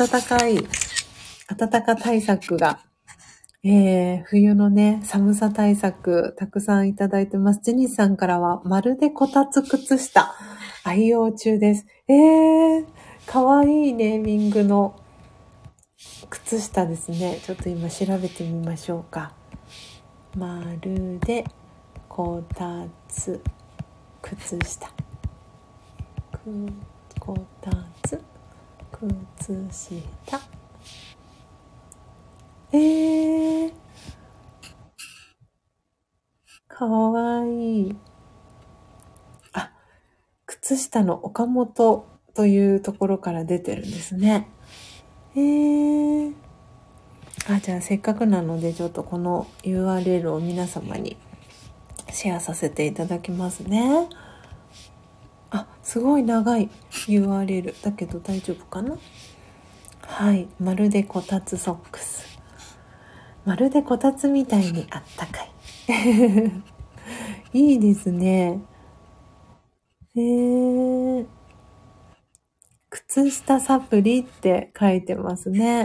暖か対策が、冬のね、寒さ対策たくさんいただいてます。ジェニスさんからはまるでこたつ靴下愛用中です。かわいいネーミングの靴下ですね。ちょっと今調べてみましょうか。まるでこたつ靴下。こたつ靴下。かわいい。あ、靴下の岡本というところから出てるんですね。じゃあせっかくなのでちょっとこの URL を皆様にシェアさせていただきますね。すごい長い URL だけど大丈夫かな？はい、まるでこたつソックス。まるでこたつみたいにあったかい。いいですね。靴下サプリって書いてますね。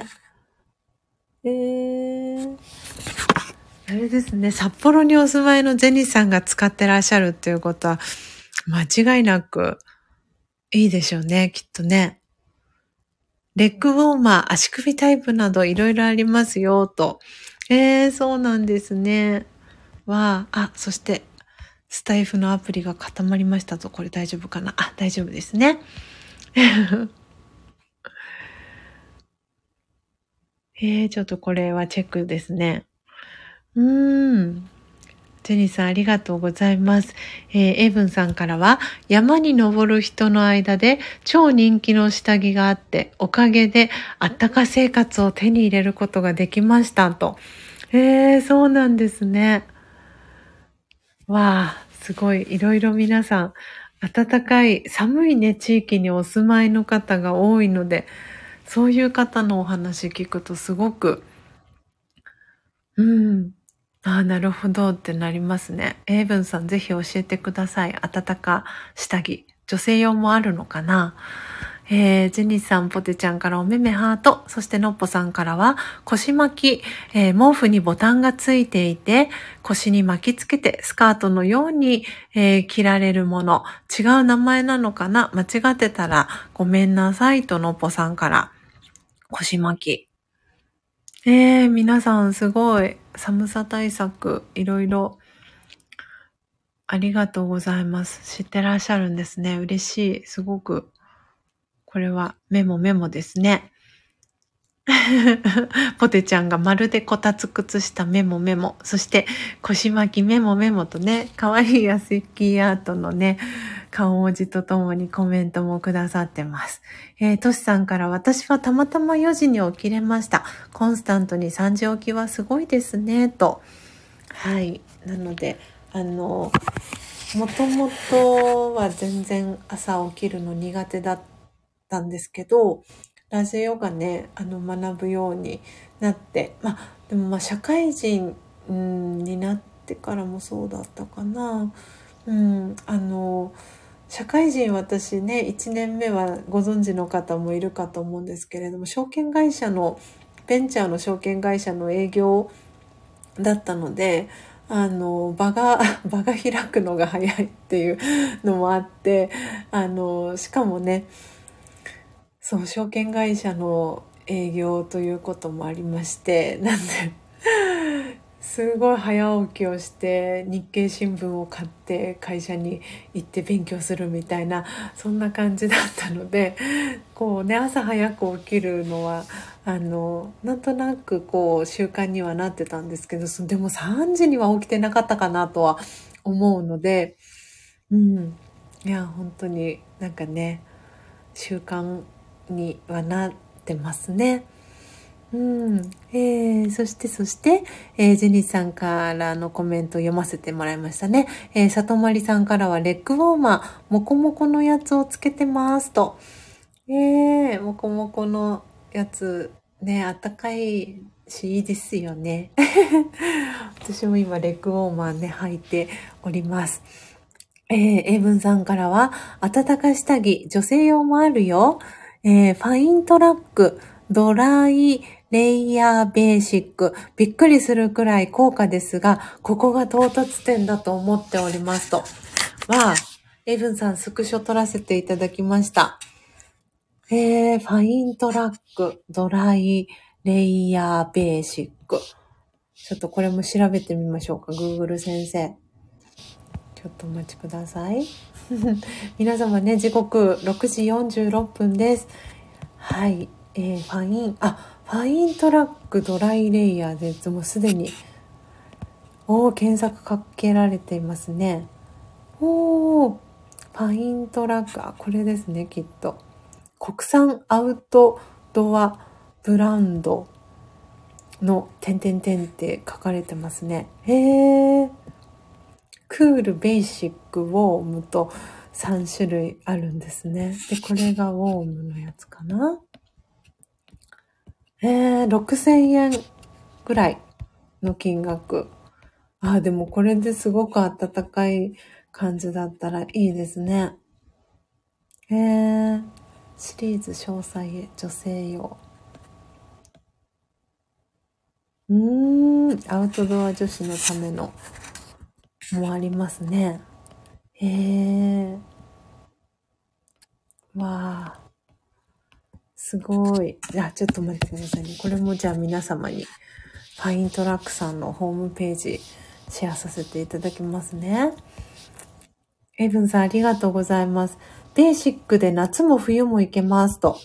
あれですね、札幌にお住まいのジェニーさんが使ってらっしゃるっていうことは、間違いなくいいでしょうね、きっとね。レッグウォーマー、足首タイプなどいろいろありますよ、と。そうなんですね。そして、スタイフのアプリが固まりましたと。これ大丈夫かな？大丈夫ですね。ちょっとこれはチェックですね。ジェニーさんありがとうございます。エイブンさんからは、山に登る人の間で超人気の下着があって、おかげであったか生活を手に入れることができましたと。そうなんですね。すごい、いろいろ皆さん、暖かい、寒いね、地域にお住まいの方が多いので、そういう方のお話聞くとすごく、なるほどってなりますね。エイブンさんぜひ教えてください。暖か下着。女性用もあるのかな？ジェニーさん、ポテちゃんからおめめハート。そしてのっぽさんからは腰巻き、毛布にボタンがついていて、腰に巻きつけてスカートのように、着られるもの。違う名前なのかな？間違ってたらごめんなさいとのっぽさんから腰巻き。皆さんすごい寒さ対策いろいろありがとうございます。知ってらっしゃるんですね。嬉しい。すごく。これはメモですね。ポテちゃんがまるでこたつ靴下メモ。そして腰巻きメモとね、かわいいヤスキーアートのね、 顔文字とともにコメントもくださってます。としさんから、私はたまたま4時に起きれました。コンスタントに3時起きはすごいですね、と。はい。なので、もともとは全然朝起きるの苦手だったんですけど、ラジオがね、学ぶようになって、でも社会人、になってからもそうだったかな。社会人私ね、1年目はご存知の方もいるかと思うんですけれども、ベンチャーの証券会社の営業だったので、場が開くのが早いっていうのもあって、しかもね、そう、証券会社の営業ということもありまして、なんで、すごい早起きをして日経新聞を買って会社に行って勉強するみたいな、そんな感じだったので、こうね、朝早く起きるのはなんとなくこう習慣にはなってたんですけど、でも3時には起きてなかったかなとは思うので、いや本当になんかね、習慣にはなってますね。そして、ジェニーさんからのコメントを読ませてもらいましたね。里まりさんからはレッグウォーマー、もこもこのやつをつけてますと。もこもこのやつ、ね、あったかいし、いいですよね。私も今レッグウォーマーね、履いております。英文さんからは、暖か下着、女性用もあるよ。ファイントラック、ドライ、レイヤーベーシック。びっくりするくらい高価ですが、ここが到達点だと思っておりますと。エイブンさんスクショ撮らせていただきました。ファイントラック、ドライ、レイヤーベーシック。ちょっとこれも調べてみましょうか。Google 先生。ちょっとお待ちください。皆様ね、時刻6時46分です。はい。ファイントラックドライレイヤーでもうすでに、検索かけられていますね。ファイントラック、これですね、きっと。国産アウトドアブランドの点々点って書かれてますね。クール、ベーシック、ウォームと3種類あるんですね。で、これがウォームのやつかな。6000円ぐらいの金額。でもこれですごく暖かい感じだったらいいですね。シリーズ詳細へ、女性用。アウトドア女子のためのもありますね。わー。すごい。ちょっと待ってくださいね。これもじゃあ皆様に、ファイントラックさんのホームページ、シェアさせていただきますね。エイブンさんありがとうございます。ベーシックで夏も冬もいけますと。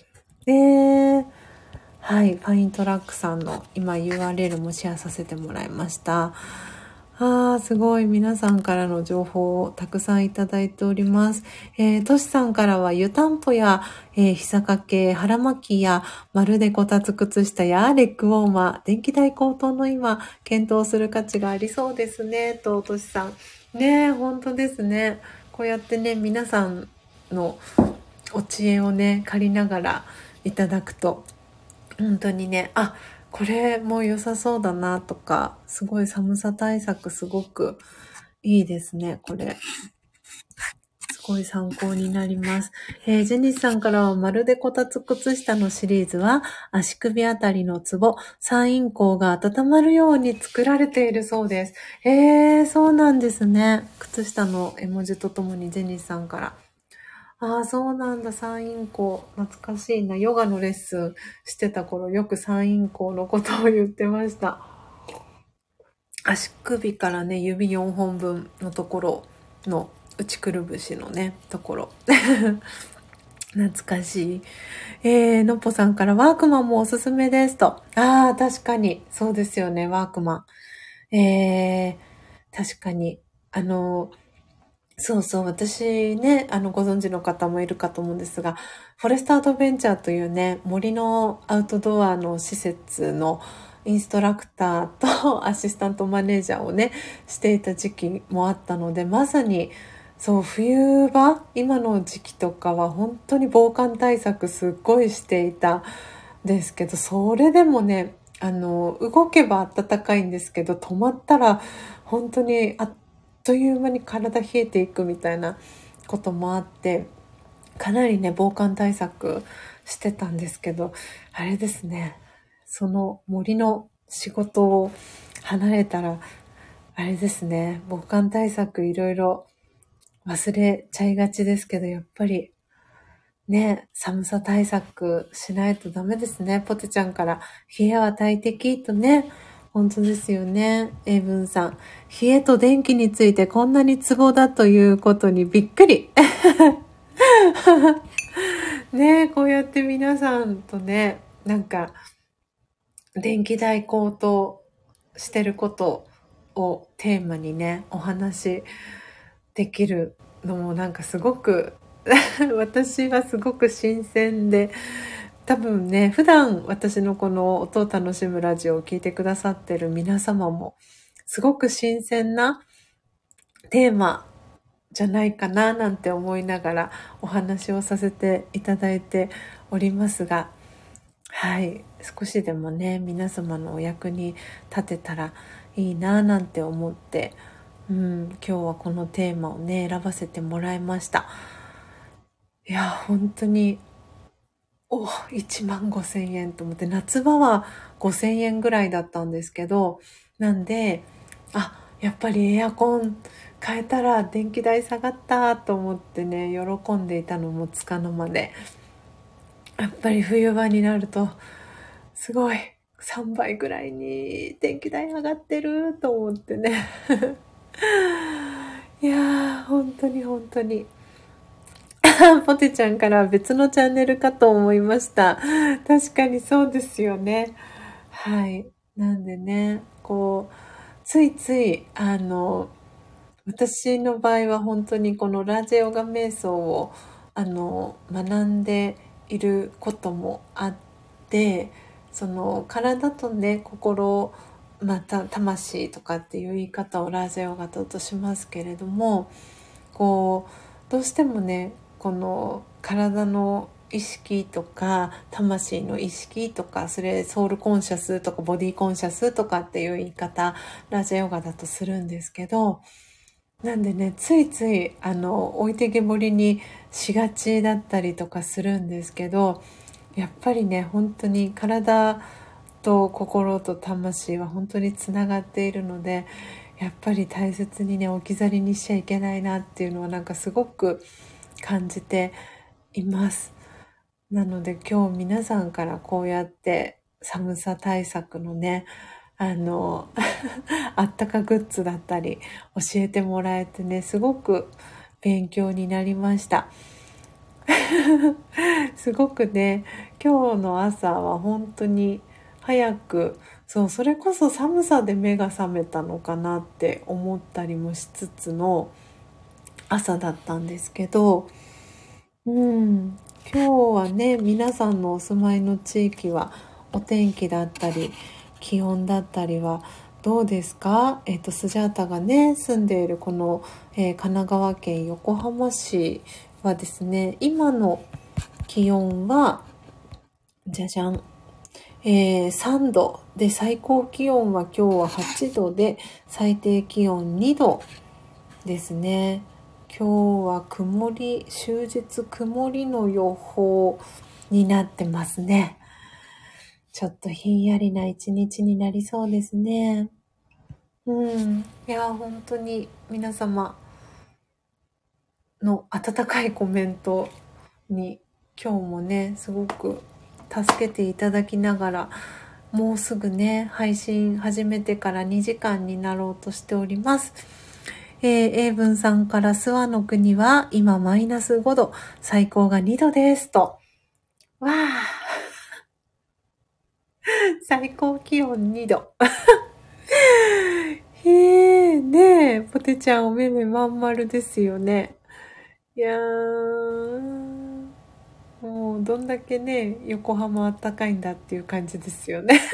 はい、ファイントラックさんの今 URL もシェアさせてもらいました。すごい皆さんからの情報をたくさんいただいております。トシさんからは湯たんぽや、膝掛け、腹巻きや、まるでこたつ靴下やレッグウォーマー、電気代高騰の今、検討する価値がありそうですね、とトシさん。ねえ、本当ですね。こうやってね、皆さんのお知恵をね、借りながらいただくと、本当にね、これも良さそうだなとか、すごい寒さ対策すごくいいですね、これ。すごい参考になります。ジェニスさんからは、まるでこたつ靴下のシリーズは、足首あたりのツボ、三陰交が温まるように作られているそうです。そうなんですね。靴下の絵文字とともにジェニスさんから。そうなんだ、三陰交。懐かしいな。ヨガのレッスンしてた頃、よく三陰交のことを言ってました。足首からね、指4本分のところの内くるぶしのね、ところ。懐かしい。のっぽさんからワークマンもおすすめですと。確かに。そうですよね、ワークマン。確かに。 そうそう、私ね、ご存知の方もいるかと思うんですが、フォレストアドベンチャーというね、森のアウトドアの施設のインストラクターとアシスタントマネージャーをね、していた時期もあったので、まさに、そう、冬場、今の時期とかは本当に防寒対策すっごいしていたんですけど、それでもね、動けば暖かいんですけど、止まったら本当にあっという間に体冷えていくみたいなこともあって、かなりね、防寒対策してたんですけど、あれですね、その森の仕事を離れたら、あれですね、防寒対策いろいろ忘れちゃいがちですけど、やっぱりね、寒さ対策しないとダメですね。ポテちゃんから、冷えは大敵とね。本当ですよね。英文さん。冷えと電気についてこんなにツボだということにびっくり。ね、こうやって皆さんとね、なんか、電気代高騰してることをテーマにね、お話できるのもなんかすごく私はすごく新鮮で、多分ね、普段私のこの音を楽しむラジオを聞いてくださってる皆様も、すごく新鮮なテーマじゃないかななんて思いながらお話をさせていただいておりますが、はい、少しでもね、皆様のお役に立てたらいいななんて思って、今日はこのテーマをね、選ばせてもらいました。いや、本当に1万5千円と思って、夏場は5千円ぐらいだったんですけど、なんで、やっぱりエアコン変えたら電気代下がったと思ってね、喜んでいたのもつかの間で、やっぱり冬場になると、すごい3倍ぐらいに電気代上がってると思ってね。いやー、本当に本当に。ポテちゃんから別のチャンネルかと思いました。確かにそうですよね。はい。なんでね、こう、ついつい、私の場合は本当にこのラージェヨガ瞑想を、学んでいることもあって、その体とね、心、また魂とかっていう言い方をラージェヨガだとしますけれども、こうどうしてもね、この体の意識とか魂の意識とか、それソウルコンシャスとかボディコンシャスとかっていう言い方、ラジオヨガだとするんですけど、なんでね、ついつい置いてけぼりにしがちだったりとかするんですけど、やっぱりね、本当に体と心と魂は本当につながっているので、やっぱり大切にね、置き去りにしちゃいけないなっていうのはなんかすごく感じています。なので今日皆さんからこうやって寒さ対策のね、あったかグッズだったり教えてもらえてね、すごく勉強になりました。すごくね、今日の朝は本当に早く、そう、それこそ寒さで目が覚めたのかなって思ったりもしつつの朝だったんですけど、今日はね、皆さんのお住まいの地域はお天気だったり、気温だったりはどうですか？スジャータがね、住んでいるこの、神奈川県横浜市はですね、今の気温は、じゃじゃん。3度で、最高気温は今日は8度で、最低気温2度ですね。今日は曇り、終日曇りの予報になってますね。ちょっとひんやりな一日になりそうですね。いや、本当に皆様の温かいコメントに今日もね、すごく助けていただきながら、もうすぐね、配信始めてから2時間になろうとしております。英文さんから、諏訪の国は今マイナス5度、最高が2度ですと。わあ、最高気温2度。 ねえ、ポテちゃんお目目まん丸ですよね。いやー、もうどんだけね、横浜あったかいんだっていう感じですよね。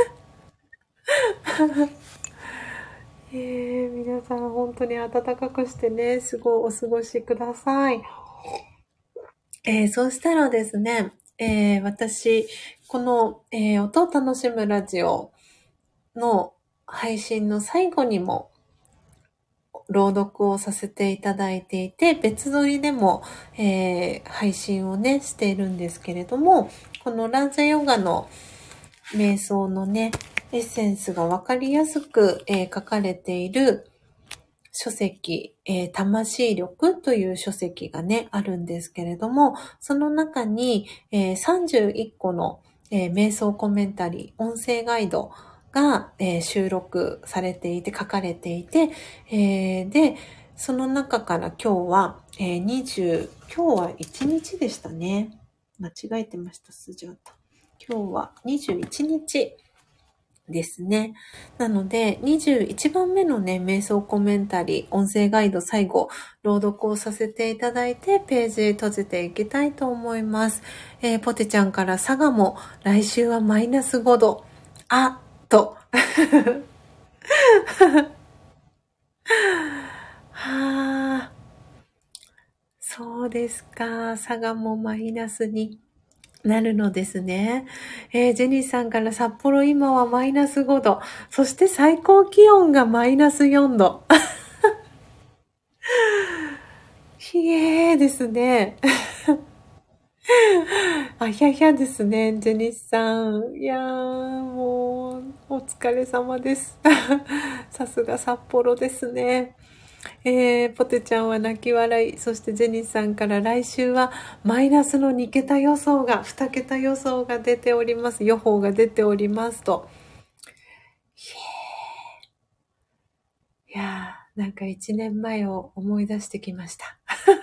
皆さん本当に暖かくしてね、すごいお過ごしください。そうしたらですね、私、この、音を楽しむラジオの配信の最後にも朗読をさせていただいていて、別撮りでも、配信をね、しているんですけれども、このランジャヨガの瞑想のね、エッセンスがわかりやすく、書かれている書籍、魂力という書籍がね、あるんですけれども、その中に、31個の、瞑想コメンタリー、音声ガイドが、収録されていて、書かれていて、で、その中から今日は、今日は1日でしたね。間違えてました、スジャータ。今日は21日ですね。なので、21番目のね、瞑想コメンタリー、音声ガイド最後、朗読をさせていただいて、ページ閉じていきたいと思います。ポテちゃんから佐賀も、来週はマイナス5度。と。はあ、そうですか。佐賀もマイナスになるのですね。ジェニーさんから札幌今はマイナス5度。そして最高気温がマイナス4度。ひえーですね。あひゃひゃですね、ジェニスさん。いやー、もう、お疲れ様です。さすが札幌ですね。ポテちゃんは泣き笑い。そしてジェニスさんから来週はマイナスの2桁予想が、2桁予想が出ております。予報が出ておりますと。いやー、なんか1年前を思い出してきました。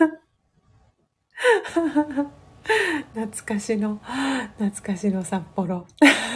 懐かしの札幌。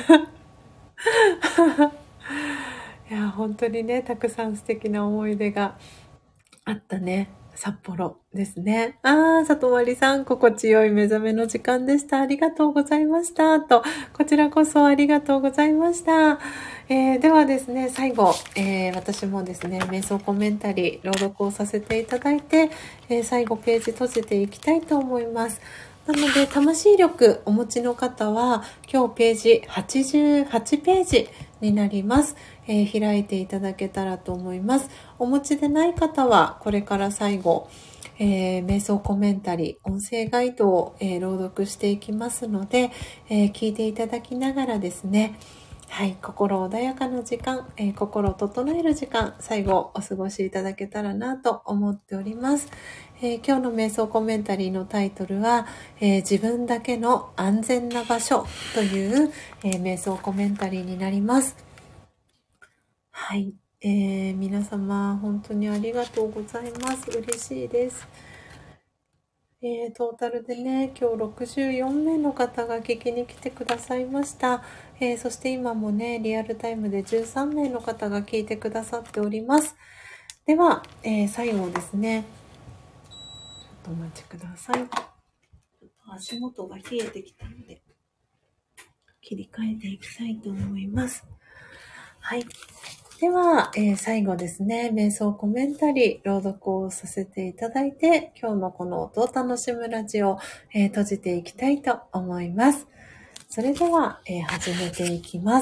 いや、本当にね、たくさん素敵な思い出があったね。札幌ですね。里まりさん、心地よい目覚めの時間でした。ありがとうございました。と、こちらこそありがとうございました。ではですね、最後、私もですね、瞑想コメンタリー、朗読をさせていただいて、最後ページ閉じていきたいと思います。なので、魂力お持ちの方は、今日ページ88ページになります。開いていただけたらと思います。お持ちでない方は、これから最後、瞑想コメンタリー、音声ガイドを、朗読していきますので、聞いていただきながらですね、はい、心穏やかな時間、心を整える時間、最後お過ごしいただけたらなと思っております。今日の瞑想コメンタリーのタイトルは、自分だけの安全な場所という、瞑想コメンタリーになります。はい、皆様本当にありがとうございます。嬉しいです。トータルでね、今日64名の方が聞きに来てくださいました。そして今もね、リアルタイムで13名の方が聞いてくださっております。では、最後ですね、ちょっとお待ちください。足元が冷えてきたので、切り替えていきたいと思います。はい。では、最後ですね、瞑想コメンタリー、朗読をさせていただいて、今日のこの音を楽しむラジオを、閉じていきたいと思います。それでは、始めていきます。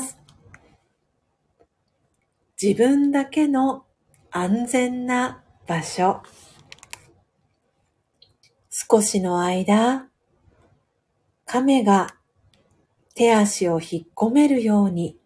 自分だけの安全な場所。少しの間、亀が手足を引っ込めるように、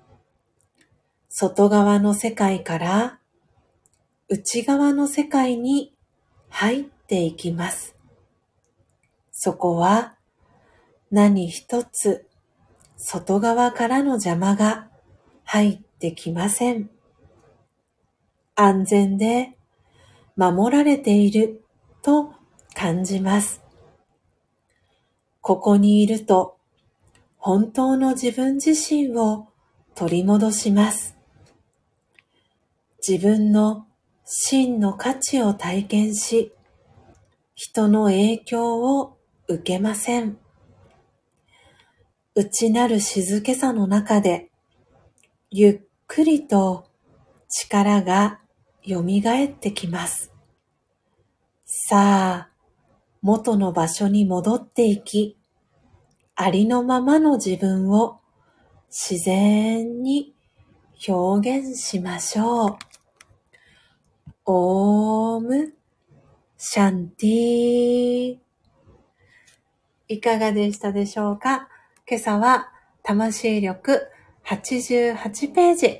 外側の世界から内側の世界に入っていきます。そこは何一つ外側からの邪魔が入ってきません。安全で守られていると感じます。ここにいると本当の自分自身を取り戻します。 自分の真の価値を体験し、人の影響を受けません。内なる静けさの中で、ゆっくりと力が蘇ってきます。さあ、元の場所に戻っていき、ありのままの自分を自然に表現しましょう。オームシャンティー。いかがでしたでしょうか？今朝は魂力88ページ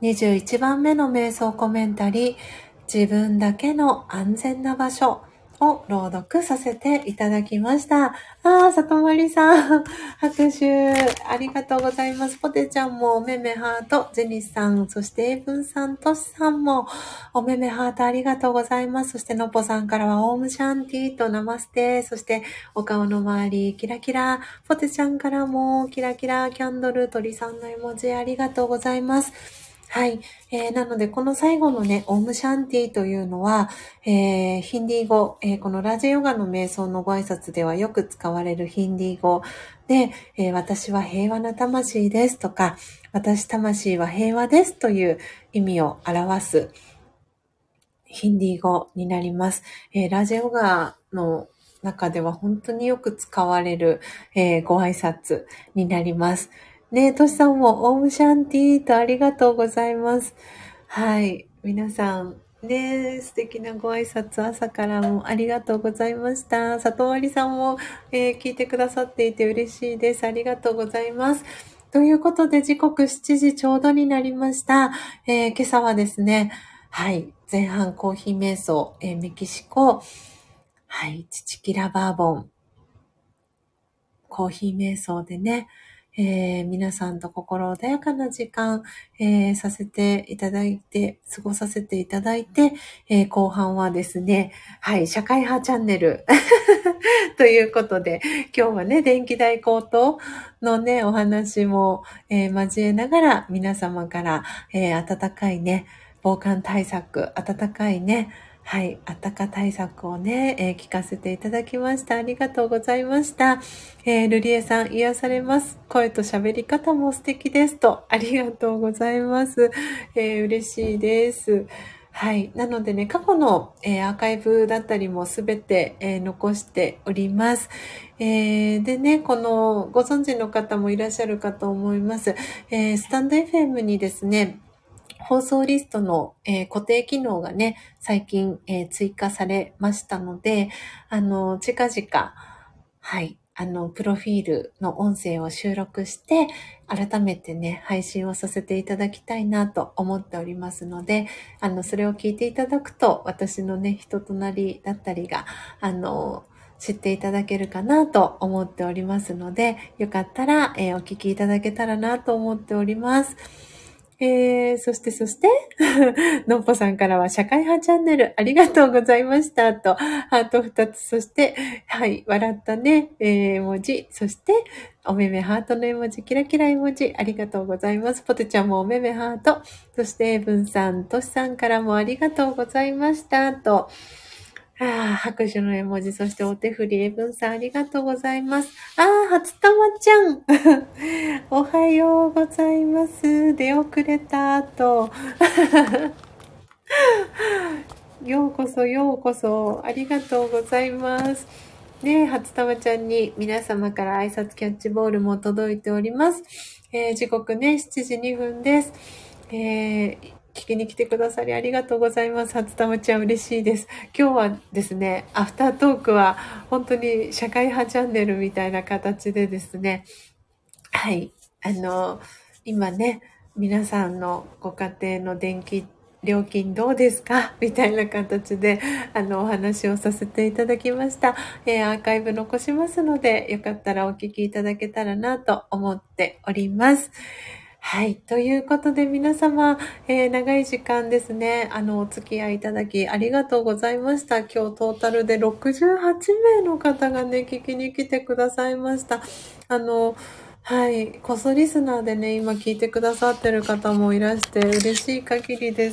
21番目の瞑想コメンタリー、自分だけの安全な場所を朗読させていただきました。里まりさん、拍手ありがとうございます。ポテちゃんもおめめハート、ジェニスさん、そしてエイブンさん、トシさんもおめめハートありがとうございます。そしてのっぽさんからはオームシャンティーとナマステ、そしてお顔の周りキラキラ、ポテちゃんからもキラキラキャンドル、鳥さんの絵文字ありがとうございます。はい。なので、この最後のね、オームシャンティというのは、ヒンディー語、このラジヨガの瞑想のご挨拶ではよく使われるヒンディー語で、私は平和な魂ですとか、私魂は平和ですという意味を表すヒンディー語になります。ラジヨガの中では本当によく使われる、ご挨拶になります。ねえ、トシさんもオームシャンティーとありがとうございます。はい。皆さん、ねえ、素敵なご挨拶朝からもありがとうございました。里まりさんも、聞いてくださっていて嬉しいです。ありがとうございます。ということで時刻7時ちょうどになりました。今朝はですね、はい。前半コーヒー瞑想、メキシコ、はい。チチキラバーボン、コーヒー瞑想でね、皆さんと心穏やかな時間、させていただいて、過ごさせていただいて、後半はですね、はい。社会派チャンネルということで、今日はね、電気代高騰のね、お話も、交えながら皆様から、温かいね、防寒対策、温かいね、はい、暖か対策をね、聞かせていただきました。ありがとうございました。ルリエさん、癒されます。声と喋り方も素敵ですと。ありがとうございます。嬉しいです。はい。なのでね、過去の、アーカイブだったりもすべて、残しております。でね、この、ご存知の方もいらっしゃるかと思います。スタンド FM にですね、放送リストの、固定機能がね、最近、追加されましたので、近々、はい、プロフィールの音声を収録して、改めてね、配信をさせていただきたいなと思っておりますので、それを聞いていただくと、私のね、人となりだったりが、知っていただけるかなと思っておりますので、よかったら、お聞きいただけたらなと思っております。そして、のっぽさんからは、社会派チャンネル、ありがとうございました。と、ハート2つ、そして、はい、笑ったね、絵文字、そして、おめめハートの絵文字、キラキラ絵文字、ありがとうございます。ポテちゃんもおめめハート、そして、ブンさん、トシさんからもありがとうございました。と、拍手の絵文字、そしてお手振り、エブンさんありがとうございます。初玉ちゃん。おはようございます。出遅れた後。ようこそ、ようこそ。ありがとうございます。ね、初玉ちゃんに皆様から挨拶キャッチボールも届いております。時刻ね、7時2分です。聞きに来てくださりありがとうございます。初玉ちゃん嬉しいです。今日はですね、アフタートークは本当に社会派チャンネルみたいな形でですね、はい、今ね、皆さんのご家庭の電気料金どうですかみたいな形で、お話をさせていただきました。アーカイブ残しますので、よかったらお聞きいただけたらなと思っております。はい。ということで皆様、長い時間ですね、お付き合いいただきありがとうございました。今日トータルで68名の方がね、聞きに来てくださいました。はい。こそリスナーでね、今聞いてくださってる方もいらして嬉しい限りです。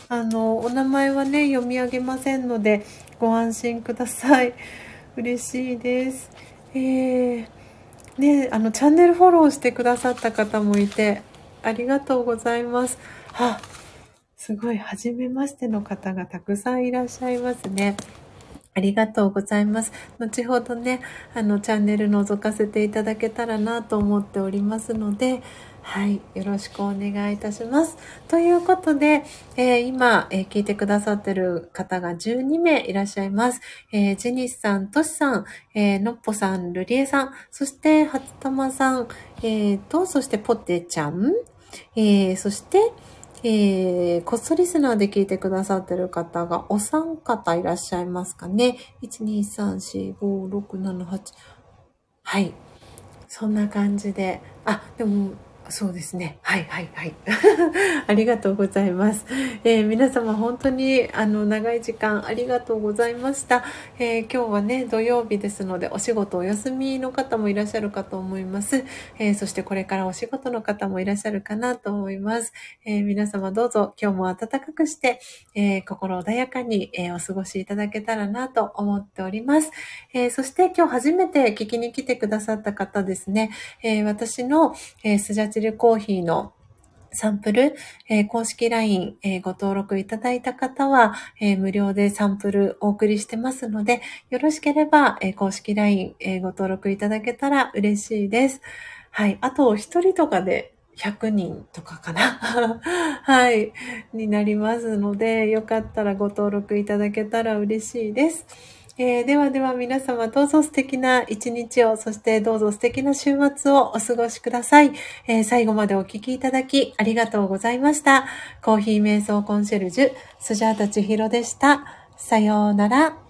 お名前はね、読み上げませんので、ご安心ください。嬉しいです。ね、チャンネルフォローしてくださった方もいて、ありがとうございます。すごい、初めましての方がたくさんいらっしゃいますね。ありがとうございます。後ほどね、チャンネル覗かせていただけたらなと思っておりますので、はい、よろしくお願いいたします。ということで、今、聞いてくださってる方が12名いらっしゃいます。ジェニスさん、トシさん、のっぽさん、ルリエさん、そして初玉さん、そしてポテちゃん、そして、こっそリスナーで聞いてくださってる方がお三方いらっしゃいますかね。1、2、3、4、5、6、7、8。はい。そんな感じで。でも、そうですね。はい。ありがとうございます。皆様本当に長い時間ありがとうございました。今日はね、土曜日ですので、お仕事お休みの方もいらっしゃるかと思います。そしてこれからお仕事の方もいらっしゃるかなと思います。皆様どうぞ今日も暖かくして、心穏やかに、お過ごしいただけたらなと思っております。そして今日初めて聞きに来てくださった方ですね、私の、スジャチルコーヒーのサンプル、公式 LINE、ご登録いただいた方は、無料でサンプルお送りしてますので、よろしければ、公式 LINE、ご登録いただけたら嬉しいです。はい。あと、一人とかで100人とかかなはい。になりますので、よかったらご登録いただけたら嬉しいです。ではでは皆様どうぞ素敵な一日を、そしてどうぞ素敵な週末をお過ごしください。最後までお聞きいただきありがとうございました。コーヒー瞑想コンシェルジュ、スジャータ千尋でした。さようなら。